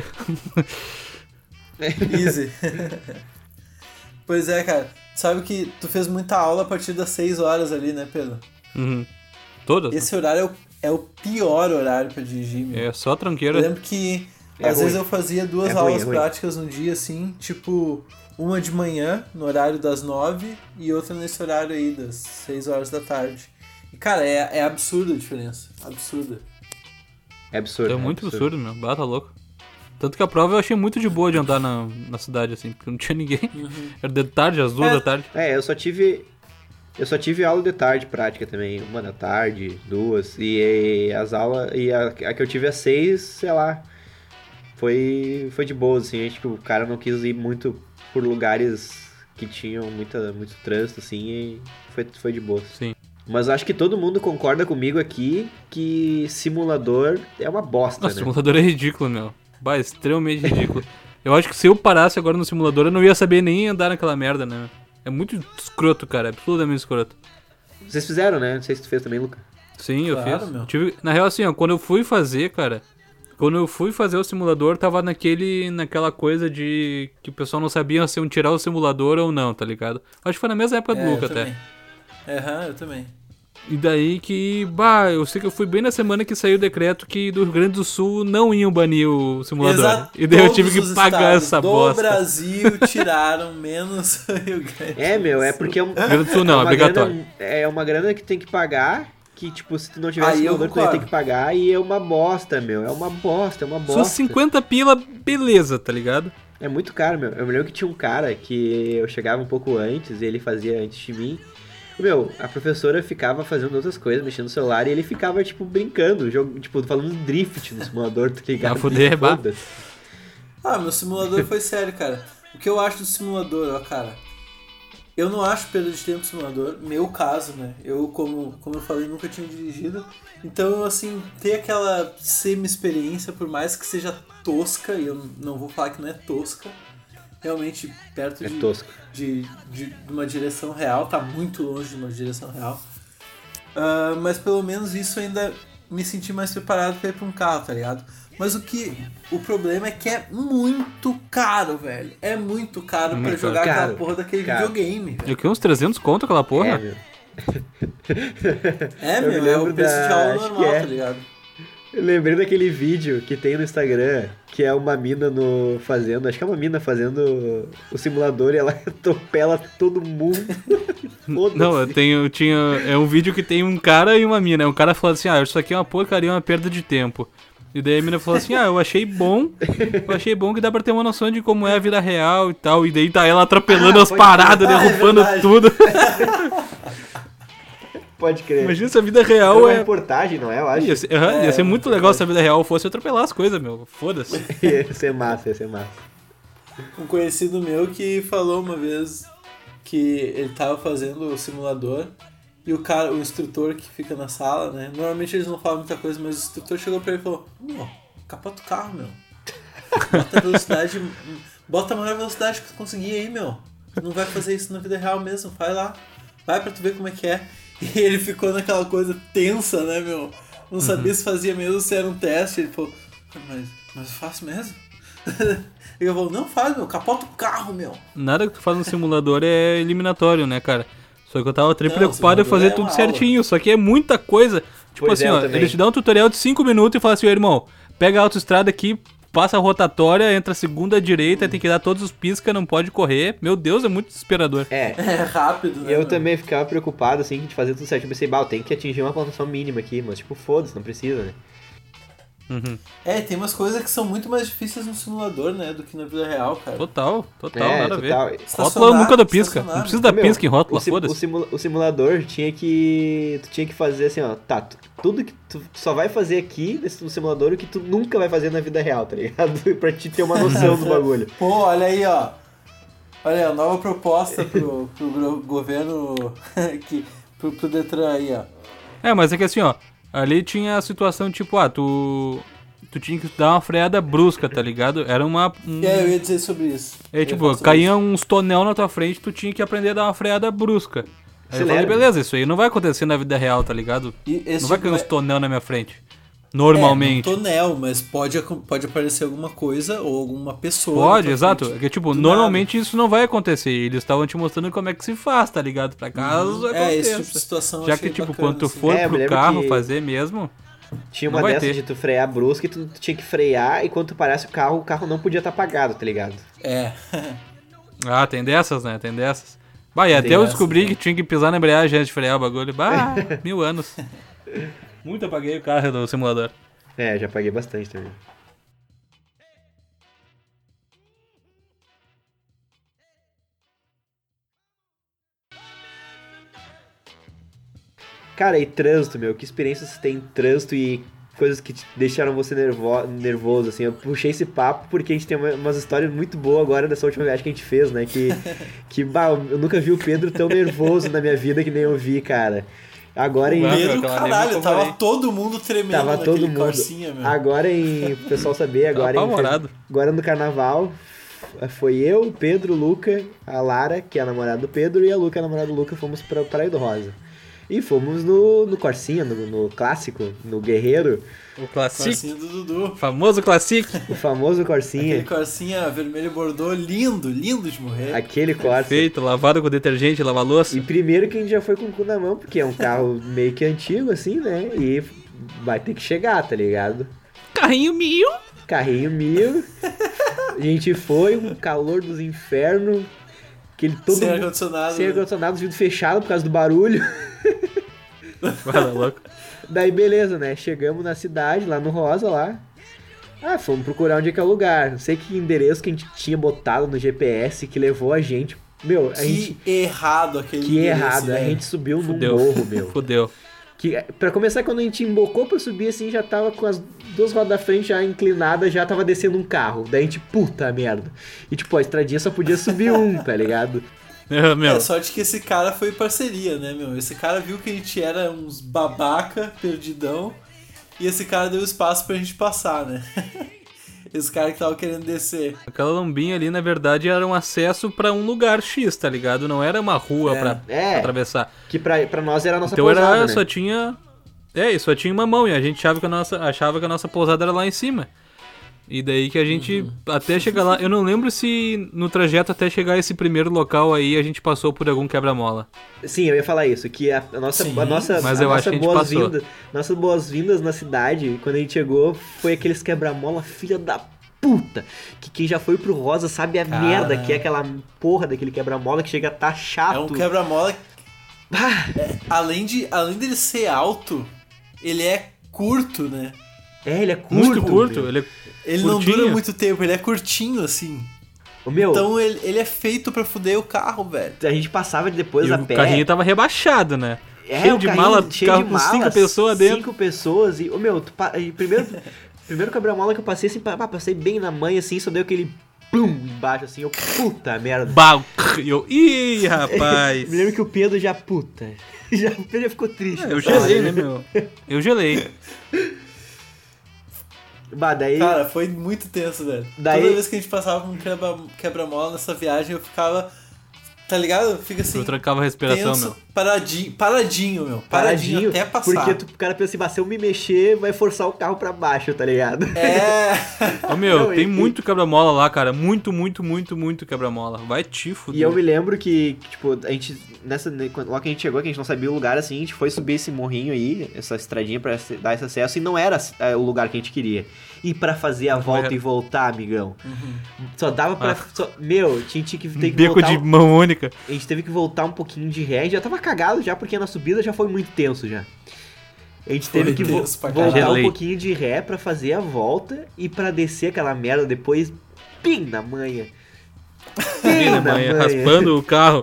Easy. Pois é, cara. Sabe que tu fez muita aula a partir das 6 horas ali, né, Pedro? Todas? Esse horário é o pior horário pra dirigir, meu. É só tranqueira. Eu lembro que às vezes eu fazia 2 aulas práticas no dia, assim, tipo, uma de manhã, no horário das 9, e outra nesse horário aí, das 6 horas da tarde. E, cara, é absurda a diferença. Absurda. É absurdo. É muito absurdo, meu. Bata louco. Tanto que a prova eu achei muito de boa de andar na cidade, assim, porque não tinha ninguém. Era de tarde, às 2 da tarde. Eu só tive Eu só tive aula de tarde prática também, 1 da tarde, 2, e as aulas, e a que eu tive às 6, sei lá, foi de boa, assim, acho que o cara não quis ir muito por lugares que tinham muito trânsito, assim, e foi de boa. Sim. Mas acho que todo mundo concorda comigo aqui que simulador é uma bosta, Nossa, né? simulador é ridículo, meu. Bah, extremamente ridículo. Eu acho que se eu parasse agora no simulador, eu não ia saber nem andar naquela merda, né? É muito escroto, cara. Absolutamente escroto. Vocês fizeram, né? Não sei se tu fez também, Luca. Sim, Claro, eu fiz. meu. Na real, assim, ó, quando eu fui fazer, cara... Quando eu fui fazer o simulador, tava naquela coisa de... Que o pessoal não sabia se iam tirar o simulador ou não, tá ligado? Acho que foi na mesma época do Luca, eu até. também. Eu também. E daí que, bah, eu sei que eu fui bem na semana que saiu o decreto que do Rio Grande do Sul não iam banir o simulador. Exato. E daí eu tive Todos que os pagar estados essa do bosta. Brasil tiraram menos o Rio Grande É, meu, é do Sul. porque Rio Grande do Sul não, é obrigatório. É uma grana que tem que pagar, que, tipo, se tu não tiver Aí eu simulador, tu vai ter concordo. que pagar, e é uma bosta, meu. É uma bosta. Só 50 pila, beleza, tá ligado? É muito caro, meu. Eu me lembro que tinha um cara que eu chegava um pouco antes, e ele fazia antes de mim. Meu, a professora ficava fazendo outras coisas, mexendo no celular, e ele ficava, tipo, brincando, tipo, falando drift no simulador, tá ligado? Ah, fuder, E bah. foda-se. Meu simulador foi sério, cara. O que eu acho do simulador, ó, cara... Eu não acho perda de tempo simulador, meu caso, né? Eu, como eu falei, nunca tinha dirigido. Então, assim, ter aquela semi-experiência, por mais que seja tosca, e eu não vou falar que não é tosca, realmente perto É tosco. de uma direção real, tá muito longe de uma direção real. Mas pelo menos isso ainda me senti mais preparado pra ir pra um carro, tá ligado? Mas o problema é que é muito caro, velho. É muito caro pra jogar aquela porra daquele videogame, velho. Eu queria uns 300 conto aquela porra. É, meu. É, meu, é o preço de aula normal, tá ligado? Eu lembrei daquele vídeo que tem no Instagram, que é uma mina fazendo, acho que é uma mina fazendo o simulador e ela atropela todo mundo. Não, é um vídeo que tem um cara e uma mina. Um cara falando assim, isso aqui é uma porcaria, uma perda de tempo. E daí a mina falou assim, eu achei bom que dá pra ter uma noção de como é a vida real e tal. E daí tá ela atropelando as paradas, derrubando tudo. Pode crer. Imagina se a vida real uma reportagem, não é? Eu acho. Ia ser muito legal se a vida real fosse atropelar as coisas, meu. Foda-se. Ia ser massa. Um conhecido meu que falou uma vez que ele tava fazendo o simulador e o instrutor que fica na sala, né? Normalmente eles não falam muita coisa, mas o instrutor chegou pra ele e falou: capota o carro, meu. Bota a velocidade, bota a maior velocidade que tu conseguir aí, meu. Tu não vai fazer isso na vida real mesmo, vai lá. Vai pra tu ver como é que é. E ele ficou naquela coisa tensa, né, meu? Não sabia se fazia mesmo, se era um teste. Ele falou, mas eu faço mesmo? Ele falou, não faz, meu, capota o carro, meu. Nada que tu faz no simulador é eliminatório, né, cara? Só que eu tava preocupado em fazer tudo certinho, só que é muita coisa. Tipo Pois assim, eles te dão um tutorial de 5 minutos e falam assim, irmão, pega a autoestrada aqui, passa a rotatória, entra a segunda direita, tem que dar todos os pisca, não pode correr. Meu Deus, é muito desesperador. É rápido, né? E eu também ficava preocupado, assim, de fazer tudo certinho. Eu pensei, eu tenho que atingir uma pontuação mínima aqui, mas tipo, foda-se, não precisa, né? Uhum. Tem umas coisas que são muito mais difíceis no simulador, né, do que na vida real, cara. Total, nada a ver. Rótula nunca dá pisca. Não precisa dar pisca em rótula, foda-se. O simulador tu tinha que fazer assim, tudo que tu só vai fazer aqui no simulador o que tu nunca vai fazer na vida real, tá ligado? Pra te ter uma noção do bagulho. Pô, olha aí, ó. Olha aí, a nova proposta pro governo, pro Detran aí, ó. Mas é que assim, ali tinha a situação tipo, tu tinha que dar uma freada brusca, tá ligado? Era eu ia dizer sobre isso. Caía uns tonel na tua frente, tu tinha que aprender a dar uma freada brusca. Aí eu falei, beleza, isso aí não vai acontecer na vida real, tá ligado? Não vai cair uns tonel na minha frente. Normalmente. Não tonel, mas pode aparecer alguma coisa ou alguma pessoa. Pode, exato. É que, normalmente isso não vai acontecer. Eles estavam te mostrando como é que se faz, tá ligado? Pra caso aconteça. Esse tipo de situação já que, bacana, quando tu assim. for pro carro fazer mesmo... Tinha uma dessas de tu frear brusca e tu tinha que frear e quando tu parasse o carro não podia estar apagado, tá ligado? Tem dessas, né? Tem dessas. E até eu descobri que tinha que pisar na embreagem antes de frear o bagulho. 1000 anos. Muito apaguei o carro do simulador. Já paguei bastante também. Cara, e trânsito, meu, que experiência você tem em trânsito e coisas que te deixaram você nervoso, assim. Eu puxei esse papo porque a gente tem umas histórias muito boas agora dessa última viagem que a gente fez, né? Eu nunca vi o Pedro tão nervoso na minha vida que nem eu vi, cara. Agora em... Pedro, caralho, tava todo mundo tremendo tava todo mundo. Corsinha, meu. Agora em... O pessoal saber, agora no carnaval, foi eu, o Pedro, o Luca, a Lara, que é a namorada do Pedro, e a Luca, a namorada do Luca, fomos pra Praia do Rosa. E fomos no Corsinha, no clássico, no Guerreiro. O Classic. Corsinha do Dudu. Famoso Classic. O famoso Corsinha. Aquele Corsinha vermelho bordô, lindo de morrer. Aquele Corsa. Feito, lavado com detergente, lava-louça. E primeiro que a gente já foi com o cu na mão, porque é um carro meio que antigo, assim, né? E vai ter que chegar, tá ligado? Carrinho mil. A gente foi, um calor dos infernos. Sem ar-condicionado. Sem ar-condicionado, vidro fechado por causa do barulho. Vai louco. Daí beleza, né? Chegamos na cidade, lá no Rosa, lá. Fomos procurar onde é que é o lugar. Não sei que endereço que a gente tinha botado no GPS que levou a gente. Meu, errado aquele Que endereço, errado. velho. A gente subiu num morro, meu. Fudeu. Que, pra começar, quando a gente embocou pra subir, assim, já tava com as duas rodas da frente já inclinadas, já tava descendo um carro. Daí a gente, puta merda. E tipo, a estradinha só podia subir um, tá ligado? É, sorte que esse cara foi parceria, né, meu? Esse cara viu que a gente era uns babaca, perdidão, e esse cara deu espaço pra gente passar, né? Esse cara que tava querendo descer. Aquela lombinha ali, na verdade, era um acesso pra um lugar X, tá ligado? Não era uma rua pra atravessar. Que pra nós era a nossa então pousada, era, né? só tinha uma mão, e a gente achava que a nossa pousada era lá em cima. E daí que a gente, até chegar lá, eu não lembro se no trajeto até chegar a esse primeiro local aí a gente passou por algum quebra-mola. Sim, eu ia falar isso, que a nossa boas-vindas na cidade, quando a gente chegou, foi aqueles quebra-mola filha da puta, que quem já foi pro Rosa sabe a merda que é aquela porra daquele quebra-mola que chega a tá chato. É um quebra-mola além dele ser alto, ele é curto, né? Ele é curto. Muito curto, ele não dura muito tempo, ele é curtinho, assim. Então ele é feito pra fuder o carro, velho. A gente passava depois a pé. O carrinho tava rebaixado, né? Cheio de mala, carro com 5 pessoas dentro. 5 pessoas e... Primeiro quebra-mola que eu passei, assim, passei bem na manha, assim, só deu aquele plum embaixo, assim, eu, puta merda. Ih, rapaz. Me lembro que o Pedro já, puta, o Pedro já ficou triste. Eu gelei, né, meu? Eu gelei. Daí... Cara, foi muito tenso, velho. Toda vez que a gente passava por um quebra-mola nessa viagem, eu ficava... Tá ligado? Fica assim... Eu trancava a respiração, tenso, meu. Paradinho, meu. Paradinho até passar. Porque o cara pensa assim, se eu me mexer, vai forçar o carro pra baixo, tá ligado? Tem muito quebra-mola lá, cara. Muito quebra-mola. Vai te fuder. E eu me lembro que, tipo, a gente... Logo que a gente chegou, que a gente não sabia o lugar, assim, a gente foi subir esse morrinho aí, essa estradinha pra dar esse acesso, e não era o lugar que a gente queria. E pra fazer a volta e voltar, amigão. Só dava pra... tinha que ter que Beco voltar... de mão única. A gente teve que voltar um pouquinho de ré, já tava cagado já, porque na subida já foi muito tenso já. A gente teve que voltar um pouquinho de ré pra fazer a volta e pra descer aquela merda depois, pim na manha. Raspando o carro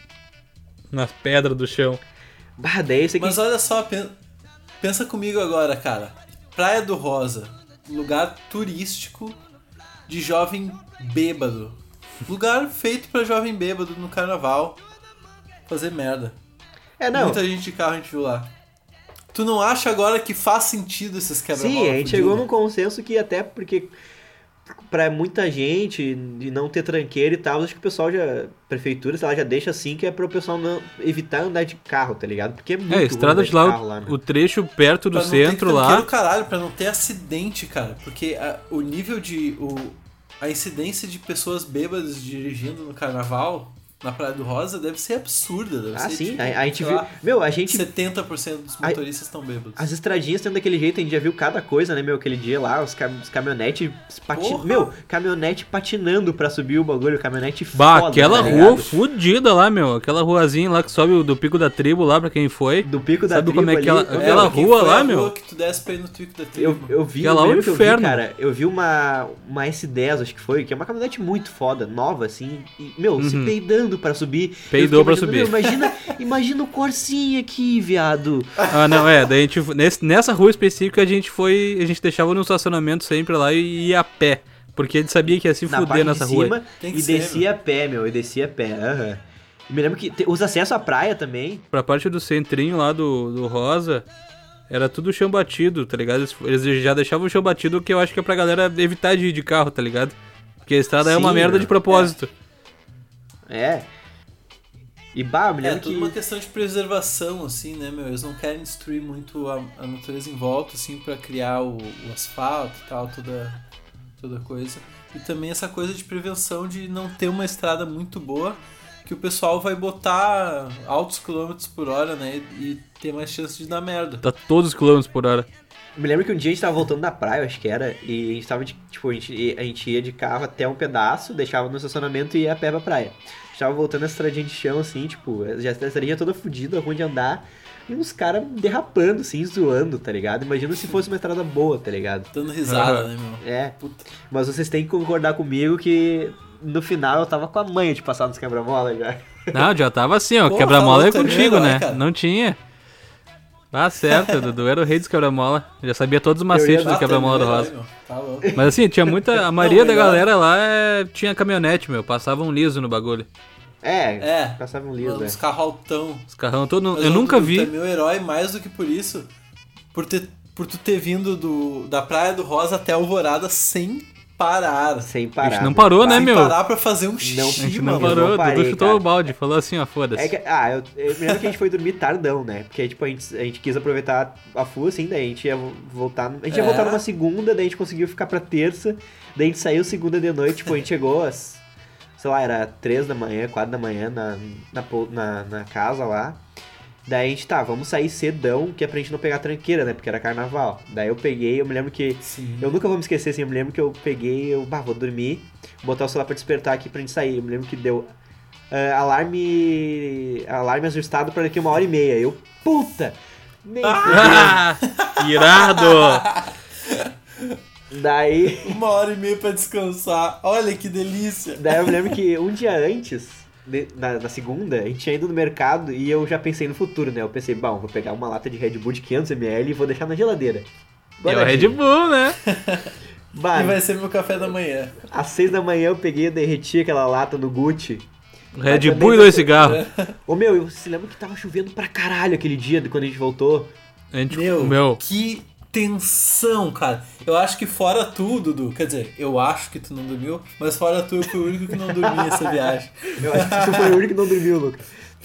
nas pedras do chão. Mas olha só, pensa comigo agora, cara. Praia do Rosa, lugar turístico de jovem bêbado. Lugar feito pra jovem bêbado no carnaval fazer merda. Muita gente de carro a gente viu lá. Tu não acha agora que faz sentido esses quebra-mola? Sim, a gente chegou num consenso que até porque pra muita gente de não ter tranqueira e tal, acho que o pessoal prefeitura, sei lá, já deixa assim, que é pro pessoal não evitar andar de carro, tá ligado? Porque é muito ruim estrada de lá, né? O trecho perto do centro lá. Caralho, pra não ter acidente, cara. Porque o nível de... A incidência de pessoas bêbadas dirigindo no carnaval, na Praia do Rosa, deve ser absurda. Deve ser, sim, tipo, a gente viu... Meu, a gente... 70% dos motoristas estão bêbados. As estradinhas sendo daquele jeito, a gente já viu cada coisa, né, meu? Aquele dia lá, os caminhonetes patinando. Meu, caminhonete patinando pra subir o bagulho, caminhonete foda. Aquela rua fodida lá, meu. Aquela ruazinha lá que sobe do Pico da Tribo lá, pra quem foi. Do Pico da Tribo. Sabe como é aquela rua lá, meu? Rua que tu desce pra ir no Pico da Tribo. Eu vi, aquela o inferno. Cara, eu vi uma S10, acho que foi, que é uma caminhonete muito foda, nova, assim, e, meu, se peidando, peidando pra subir. Peidou pra subir. Imagina o Corsinha aqui, viado. Ah, não, daí a gente, nessa rua específica a gente deixava no estacionamento sempre lá e ia a pé. Porque a gente sabia que ia se fuder nessa rua. E descia a pé, meu, e descia a pé, aham. Me lembro que os acessos à praia também. Pra parte do centrinho lá do Rosa, era tudo chão batido, tá ligado? Eles já deixavam o chão batido, que eu acho que é pra galera evitar de ir de carro, tá ligado? Porque a estrada é uma merda de propósito. E eu me lembro tudo uma questão de preservação, assim, né, meu? Eles não querem destruir muito a natureza em volta, assim, pra criar o asfalto e tal, toda coisa. E também essa coisa de prevenção de não ter uma estrada muito boa, que o pessoal vai botar altos quilômetros por hora, né? E ter mais chance de dar merda. Tá todos os quilômetros por hora. Me lembro que um dia a gente tava voltando da praia, acho que era, e a gente tava, a gente ia de carro até um pedaço, deixava no estacionamento e ia a pé pra praia. A gente tava voltando essa estradinha de chão, assim, já a estradinha toda fodida, ruim de andar, e uns caras derrapando, assim, zoando, tá ligado? Imagina se fosse uma estrada boa, tá ligado? Dando risada, né, meu? Puta. Mas vocês têm que concordar comigo que no final eu tava com a manha de passar nos quebra-mola já. Não, já tava assim, ó, quebra-mola é contigo, né? Não tinha. Ah, certo, o Dudu era o rei dos quebra-mola. Já sabia todos os macetes do quebra-mola do Rosa. Tá louco. Mas assim, tinha muita... A maioria da galera lá tinha caminhonete, meu. Passavam liso no bagulho. Passavam liso, Os carros altão. Os carrão todos... Eu nunca vi. Tu é meu herói mais do que por isso. Por tu ter vindo da Praia do Rosa até Alvorada sem parar. Sem parar. A gente não parou, né, meu? Sem parar pra fazer um xixi, A gente mano. não parou, o Dudu chutou o balde, falou assim, ó, foda-se. Eu me lembro que a gente foi dormir tardão, né? Porque, tipo, a gente quis aproveitar a full, assim, daí a gente ia voltar... A gente ia voltar numa segunda, daí a gente conseguiu ficar pra terça, daí a gente saiu segunda de noite, tipo, a gente chegou às... Sei lá, era 3 da manhã, 4 da manhã na casa lá. Daí a gente, vamos sair cedão, que é pra gente não pegar tranqueira, né? Porque era carnaval. Daí eu me lembro que... Sim. Eu nunca vou me esquecer, assim, eu me lembro que eu peguei, vou dormir, botar o celular pra despertar aqui pra gente sair. Eu me lembro que deu alarme ajustado pra daqui 1h30. Eu, puta! Nem irado! Daí... 1h30 pra descansar. Olha que delícia! Daí eu me lembro que um dia antes... Na segunda, a gente tinha ido no mercado e eu já pensei no futuro, né? Eu pensei, vou pegar uma lata de Red Bull de 500ml e vou deixar na geladeira. É o Red Bull, né? E vai ser meu café da manhã. Às 6 da manhã eu peguei e derreti aquela lata no Gucci. Red Bull e 2 cigarros. Eu se lembro que tava chovendo pra caralho aquele dia, quando a gente voltou. Meu, que tensão, cara. Eu acho que fora tu, Dudu, quer dizer, eu acho que tu não dormiu, mas fora tu, eu fui o único que não dormi essa viagem. Eu acho que tu foi o único que não dormiu, Lucas.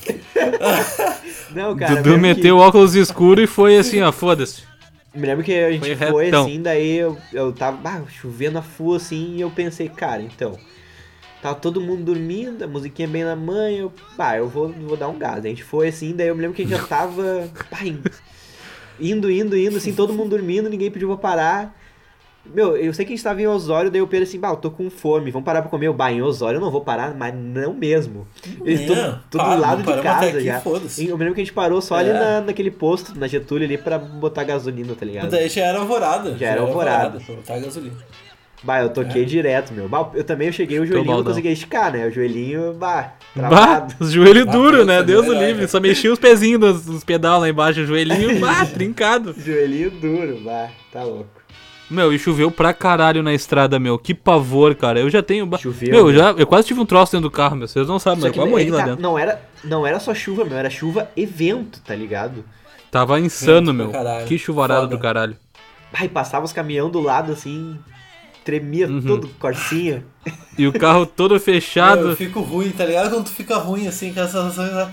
Não, cara. Dudu meteu o óculos escuro e foi assim, ó, foda-se. Me lembro que a gente foi assim, daí eu tava chovendo a full assim, e eu pensei, cara, então, tava todo mundo dormindo, a musiquinha bem na manhã, eu vou dar um gás. A gente foi assim, daí eu me lembro que a gente já tava indo, assim, todo mundo dormindo, ninguém pediu pra parar. Meu, eu sei que a gente tava em Osório, daí eu pensei assim, eu tô com fome, vamos parar pra comer. Em Osório eu não vou parar, mas não mesmo. Tô do lado de casa já. Eu me lembro que a gente parou só ali naquele posto, na Getúlio ali, pra botar gasolina, tá ligado? Daí já era Alvorada. Já era Alvorada. Pra botar gasolina. Eu toquei direto, meu. Eu cheguei, o joelhinho não conseguia esticar, né? O joelhinho, travado. Os joelhos duros, né? Deus o livre. Só mexia os pezinhos dos pedal lá embaixo, o joelhinho, trincado. Joelhinho duro, tá louco. Meu, e choveu pra caralho na estrada, meu. Que pavor, cara. Eu já tenho... Choveu. Meu, eu quase tive um troço dentro do carro, meu. Vocês não sabem, mas eu quase morri lá dentro. Não era só chuva, meu. Era chuva e vento, tá ligado? Tava insano, meu. Que chuvarada do caralho. E passava os caminhão do lado, assim... Tremia todo, Corsinha. E o carro todo fechado. Eu fico ruim, tá ligado? Quando tu fica ruim, assim, com essa sensação...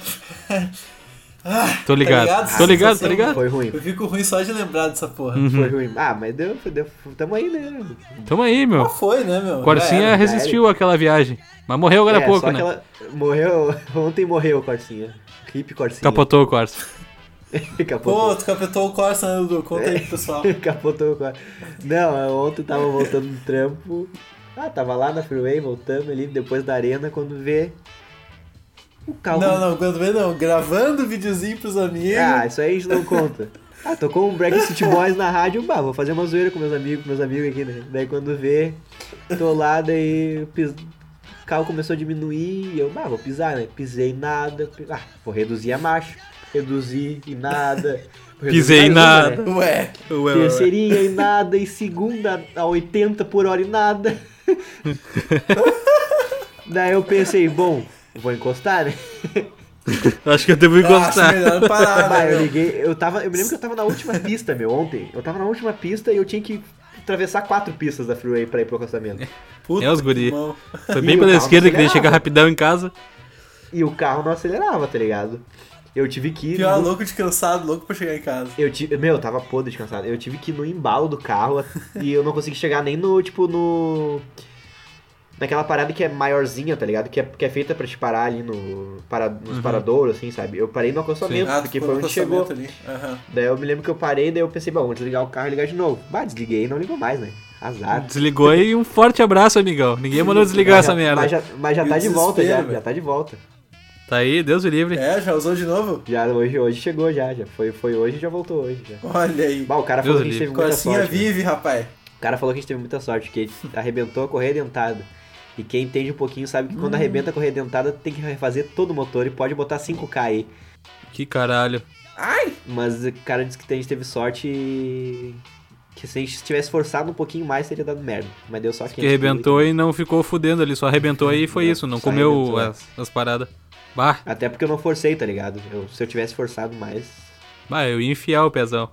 Tô ligado. Tá ligado? Foi ruim. Eu fico ruim só de lembrar dessa porra. Foi ruim. Mas deu. Tamo aí, né? Tamo aí, meu. Foi, né, meu? Corsinha resistiu àquela viagem. Mas morreu agora há pouco, né? Ontem morreu o Corsinha. Hip Corsinha. Capotou o Corsa. Pô, tu capotou o Corsa, né, Dudu? Conta aí pro pessoal. Capotou o Corsa. Não, ontem tava voltando do trampo. Tava lá na freeway, voltando ali, depois da arena, quando vê... O carro... Não, quando vê não. Gravando videozinho pros amigos. Isso aí a gente não conta. Tocou um Break City Boys na rádio, vou fazer uma zoeira com meus amigos aqui, né? Daí quando vê, tô lá, daí o carro começou a diminuir e eu, vou pisar, né? Pisei em nada, vou reduzir a marcha, reduzi em nada. Pisei em nada. Né? Ué. Terceirinha em nada e segunda a 80 por hora em nada. Daí eu pensei, bom, vou encostar, né? Acho que eu devo encostar. Acho melhor parar, eu liguei, eu me lembro que eu tava na última pista, ontem. Eu tava na última pista e eu tinha que atravessar 4 pistas da freeway pra ir pro acostamento. Puta, os guri. Foi bem pela esquerda, queria chegar rapidão em casa. E o carro não acelerava, tá ligado? Eu tive que ir... Pior, louco de cansado, louco pra chegar em casa. Eu tava podre de cansado. Eu tive que ir no embalo do carro e eu não consegui chegar nem no... Naquela parada que é maiorzinha, tá ligado? Que é feita pra te parar ali nos paradouros, assim, sabe? Eu parei no acostamento, porque foi onde chegou. Ali. Daí eu me lembro que eu parei, daí eu pensei, vou desligar o carro e ligar de novo. Desliguei e não ligou mais, né? Azar. Desligou e um forte abraço, amigão. Ninguém mandou desligar essa merda. Mas já tá de volta, já tá de volta. Tá aí, Deus o livre. Já usou de novo? Já, hoje chegou já. Foi hoje e já voltou hoje. Já. Olha aí. O cara falou que a gente teve muita sorte. Corsinha vive, rapaz. O cara falou que a gente teve muita sorte, que arrebentou a correia dentada. E quem entende um pouquinho sabe que quando arrebenta a correia dentada tem que refazer todo o motor e pode botar 5K aí. Que caralho. Ai! Mas o cara disse que a gente teve sorte e... que se a gente tivesse forçado um pouquinho mais teria dado merda. Mas deu sorte que arrebentou e não ficou fudendo ali, só arrebentou aí e foi isso, não comeu as paradas. Bah. Até porque eu não forcei, tá ligado? Se eu tivesse forçado mais... Eu ia enfiar o pezão.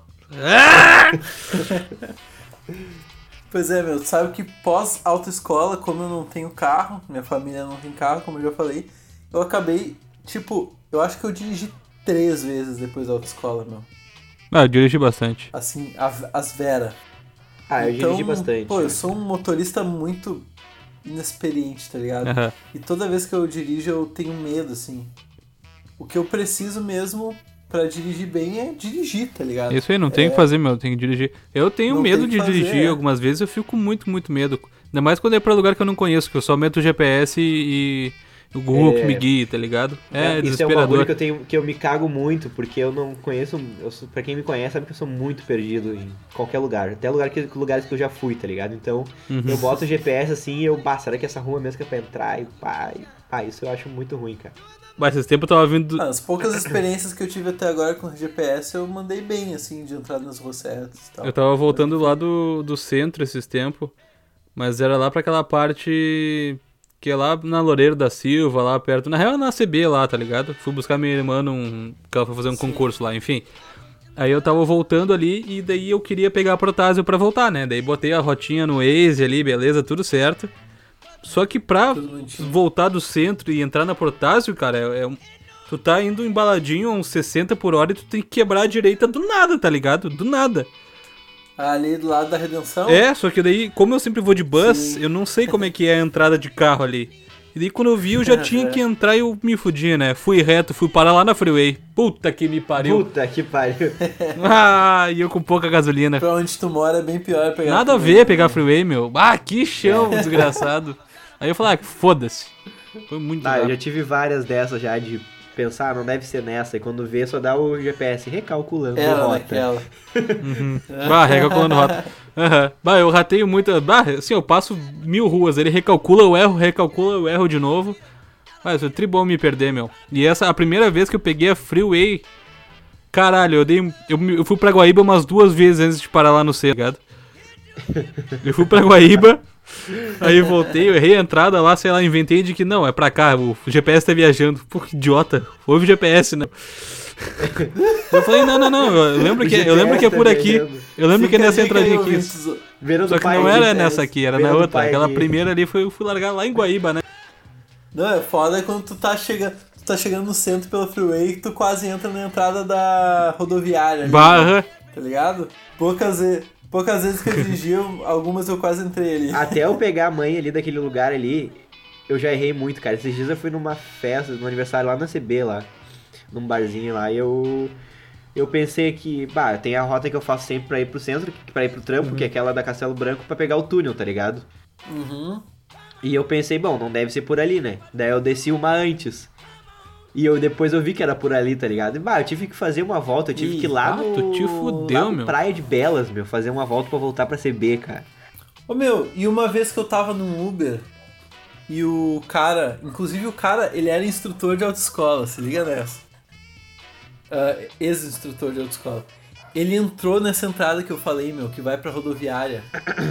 Pois é, meu, tu sabe que pós-autoescola, como eu não tenho carro, minha família não tem carro, como eu já falei, eu acabei, eu acho que eu dirigi 3 vezes depois da autoescola, meu. Eu dirigi bastante. Assim, as Vera. Eu dirigi bastante. Pô, eu sou um motorista muito inexperiente, tá ligado? Uhum. E toda vez que eu dirijo eu tenho medo, assim. O que eu preciso mesmo... pra dirigir bem é dirigir, tá ligado? Isso aí, não tem o que fazer, meu, tem que dirigir. Eu tenho medo de dirigir, algumas vezes eu fico muito, muito medo. Ainda mais quando é pra lugar que eu não conheço, que eu só meto o GPS e o Google que me guia, tá ligado? Isso desesperador. É um bagulho que eu me cago muito, porque eu não conheço... Pra quem me conhece, sabe que eu sou muito perdido em qualquer lugar. Até lugares que eu já fui, tá ligado? Então, eu boto o GPS assim e eu... será que essa rua mesmo que é pra entrar? E isso eu acho muito ruim, cara. Mas esse tempo eu tava vindo... As poucas experiências que eu tive até agora com o GPS, eu mandei bem, assim, de entrar nas ruas certas e tal. Eu tava voltando lá do centro esses tempos, mas era lá pra aquela parte que é lá na Loureiro da Silva, lá perto. Na real, na CB lá, tá ligado? Fui buscar minha irmã que ela foi fazer um concurso lá, enfim. Aí eu tava voltando ali e daí eu queria pegar a Protásio pra voltar, né? Daí botei a rotinha no Waze ali, beleza, tudo certo. Só que pra voltar do centro e entrar na Protásio, cara, tu tá indo embaladinho a uns 60 por hora e tu tem que quebrar a direita do nada, tá ligado? Do nada. Ali do lado da Redenção? Só que daí, como eu sempre vou de bus, eu não sei como é que é a entrada de carro ali. E daí quando eu vi, eu já tinha que entrar e eu me fudi, né? Fui reto, fui parar lá na freeway. Puta que me pariu. E eu com pouca gasolina. Pra onde tu mora é bem pior pegar Nada a ver pegar freeway, meu. Que chão desgraçado. Aí eu falei, foda-se. Foi muito eu já tive várias dessas já de pensar, não deve ser nessa. E quando vê, só dá o GPS recalculando rota. Naquela. Recalculando rota. Eu rateio muito. Assim, eu passo 1000 ruas, ele recalcula, eu erro de novo. Mas é tribom me perder, meu. E essa a primeira vez que eu peguei a freeway. Caralho, eu fui pra Guaíba umas 2 vezes antes de parar lá no centro, tá ligado? Eu fui pra Guaíba. Aí voltei, eu errei a entrada lá, sei lá, inventei de que não, é pra cá, o GPS tá viajando. Pô, que idiota, ouve o GPS, né? Eu falei, não, eu lembro que é por aqui. Eu lembro que é nessa entradinha aqui. Só que não era nessa aqui, era na outra. Aquela primeira ali eu fui largar lá em Guaíba, né? Não, é foda quando tu tá chegando no centro pela freeway e tu quase entra na entrada da rodoviária. Ali, tá ligado? Poucas vezes que eu dirigi, algumas eu quase entrei ali. Até eu pegar a mãe ali daquele lugar ali, eu já errei muito, cara. Esses dias eu fui numa festa, num aniversário lá na CB, lá, num barzinho lá, e eu pensei que, tem a rota que eu faço sempre pra ir pro centro, pra ir pro trampo, que é aquela da Castelo Branco, pra pegar o túnel, tá ligado? E eu pensei, não deve ser por ali, né? Daí eu desci uma antes. E depois eu vi que era por ali, tá ligado? E, eu tive que fazer uma volta, eu tive que ir lá tu te fudeu, lá no Praia de Belas, meu, fazer uma volta pra voltar pra CB, cara. E uma vez que eu tava num Uber, E o cara, inclusive o cara, ele era instrutor de autoescola, se liga nessa. Ex-instrutor de autoescola. Ele entrou nessa entrada que eu falei, meu, que vai pra rodoviária.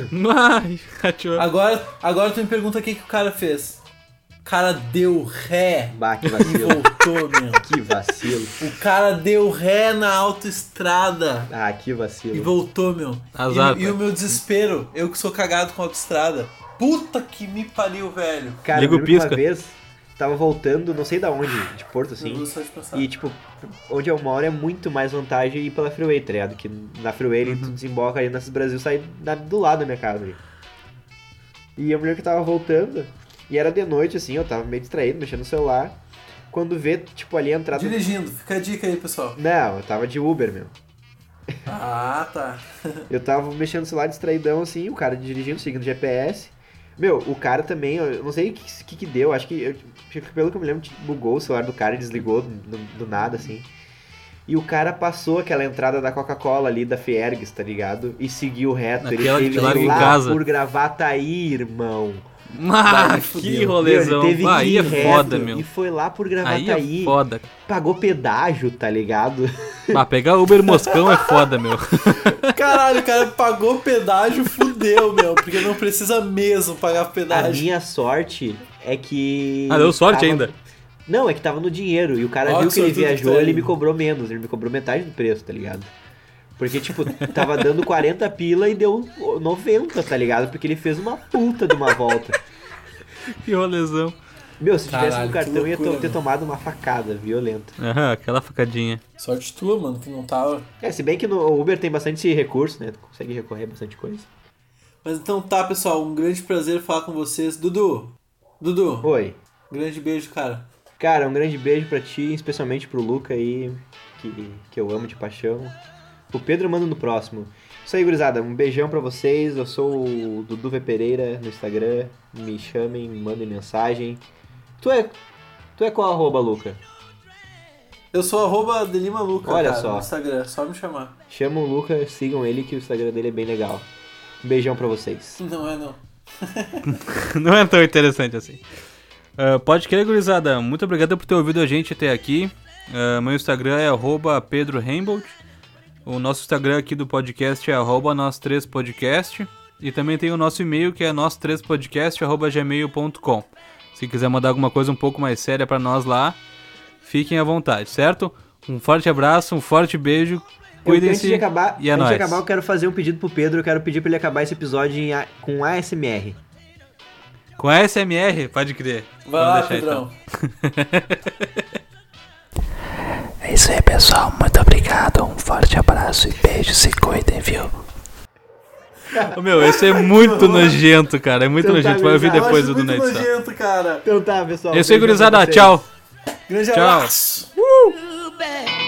Agora tu me pergunta o que o cara fez. O cara deu ré que vacilo. E voltou, meu. Que vacilo. O cara deu ré na autoestrada. Que vacilo. E voltou, meu. Azar, e o meu desespero, eu que sou cagado com autoestrada. Puta que me pariu, velho. Cara, liga o pisca. Uma vez, tava voltando, não sei da onde, de Porto, assim. E, tipo, onde eu moro é muito mais vantagem ir pela Freeway, tá ligado? Que na Freeway tu desemboca ali nessas Brasil, sai do lado da minha casa ali. E a mulher que tava voltando, e era de noite, assim, eu tava meio distraído, mexendo no celular. Quando vê, tipo, ali a entrada... Dirigindo, fica a dica aí, pessoal. Não, eu tava de Uber, meu. Tá. Eu tava mexendo no celular distraidão, assim, o cara dirigindo, seguindo GPS. Meu, o cara também, eu não sei o que deu, acho que, pelo que eu me lembro, bugou o celular do cara e desligou do nada, assim. E o cara passou aquela entrada da Coca-Cola ali, da Fiergues, tá ligado? E seguiu reto. Aquela ele teve que ir lá casa. por Gravataí, irmão. Que rolezão. Ele teve que ir é foda, reto, meu. E foi lá por Gravataí. Aí é foda. Pagou pedágio, tá ligado? Pegar Uber Moscão é foda, meu. Caralho, o cara pagou pedágio, fudeu, meu. Porque não precisa mesmo pagar pedágio. A minha sorte é que... deu sorte ainda? Não, é que tava no dinheiro. E o cara viu que ele viajou, ele me cobrou menos. Ele me cobrou metade do preço, tá ligado? Porque, tipo, tava dando 40 pila e deu 90, tá ligado? Porque ele fez uma puta de uma volta. Que rolezão. Meu, se tivesse no cartão, loucura, ia ter tomado uma facada violenta. Aquela facadinha. Sorte tua, mano, que não tava... Se bem que no Uber tem bastante recurso, né? Tu consegue recorrer a bastante coisa. Mas então tá, pessoal, um grande prazer falar com vocês. Dudu. Oi. Grande beijo, cara. Cara, um grande beijo pra ti, especialmente pro Luca aí, que eu amo de paixão. O Pedro manda no próximo. Isso aí, gurizada. Um beijão pra vocês. Eu sou o Dudu V. Pereira no Instagram. Me chamem, me mandem mensagem. Tu é qual arroba, Luca? Eu sou @delimaluca, Olha cara, só. no Instagram. Só me chamar. Chama o Luca, sigam ele que o Instagram dele é bem legal. Um beijão pra vocês. Não é, não. Não é tão interessante assim. Pode crer, gurizada. Muito obrigado por ter ouvido a gente até aqui. Meu Instagram é @PedroRainbolt. O nosso Instagram aqui do podcast é @nós3podcast. E também tem o nosso e-mail que é nós3podcast@gmail.com. Se quiser mandar alguma coisa um pouco mais séria pra nós lá, fiquem à vontade, certo? Um forte abraço, um forte beijo. Cuidem-se. Antes de acabar, nóis. Eu quero fazer um pedido pro Pedro. Eu quero pedir pra ele acabar esse episódio com ASMR. Com ASMR? Pode crer. Vai lá, Pedrão. É isso aí, pessoal. Muito obrigado. Um forte abraço e beijo. Se cuidem, viu? Meu, esse é muito nojento, cara. É muito Então nojento. Tá, vai ouvir depois do muito edição. nojento, cara. Então tá, pessoal. É isso aí, gurizada. Tchau. Grande Tchau. abraço.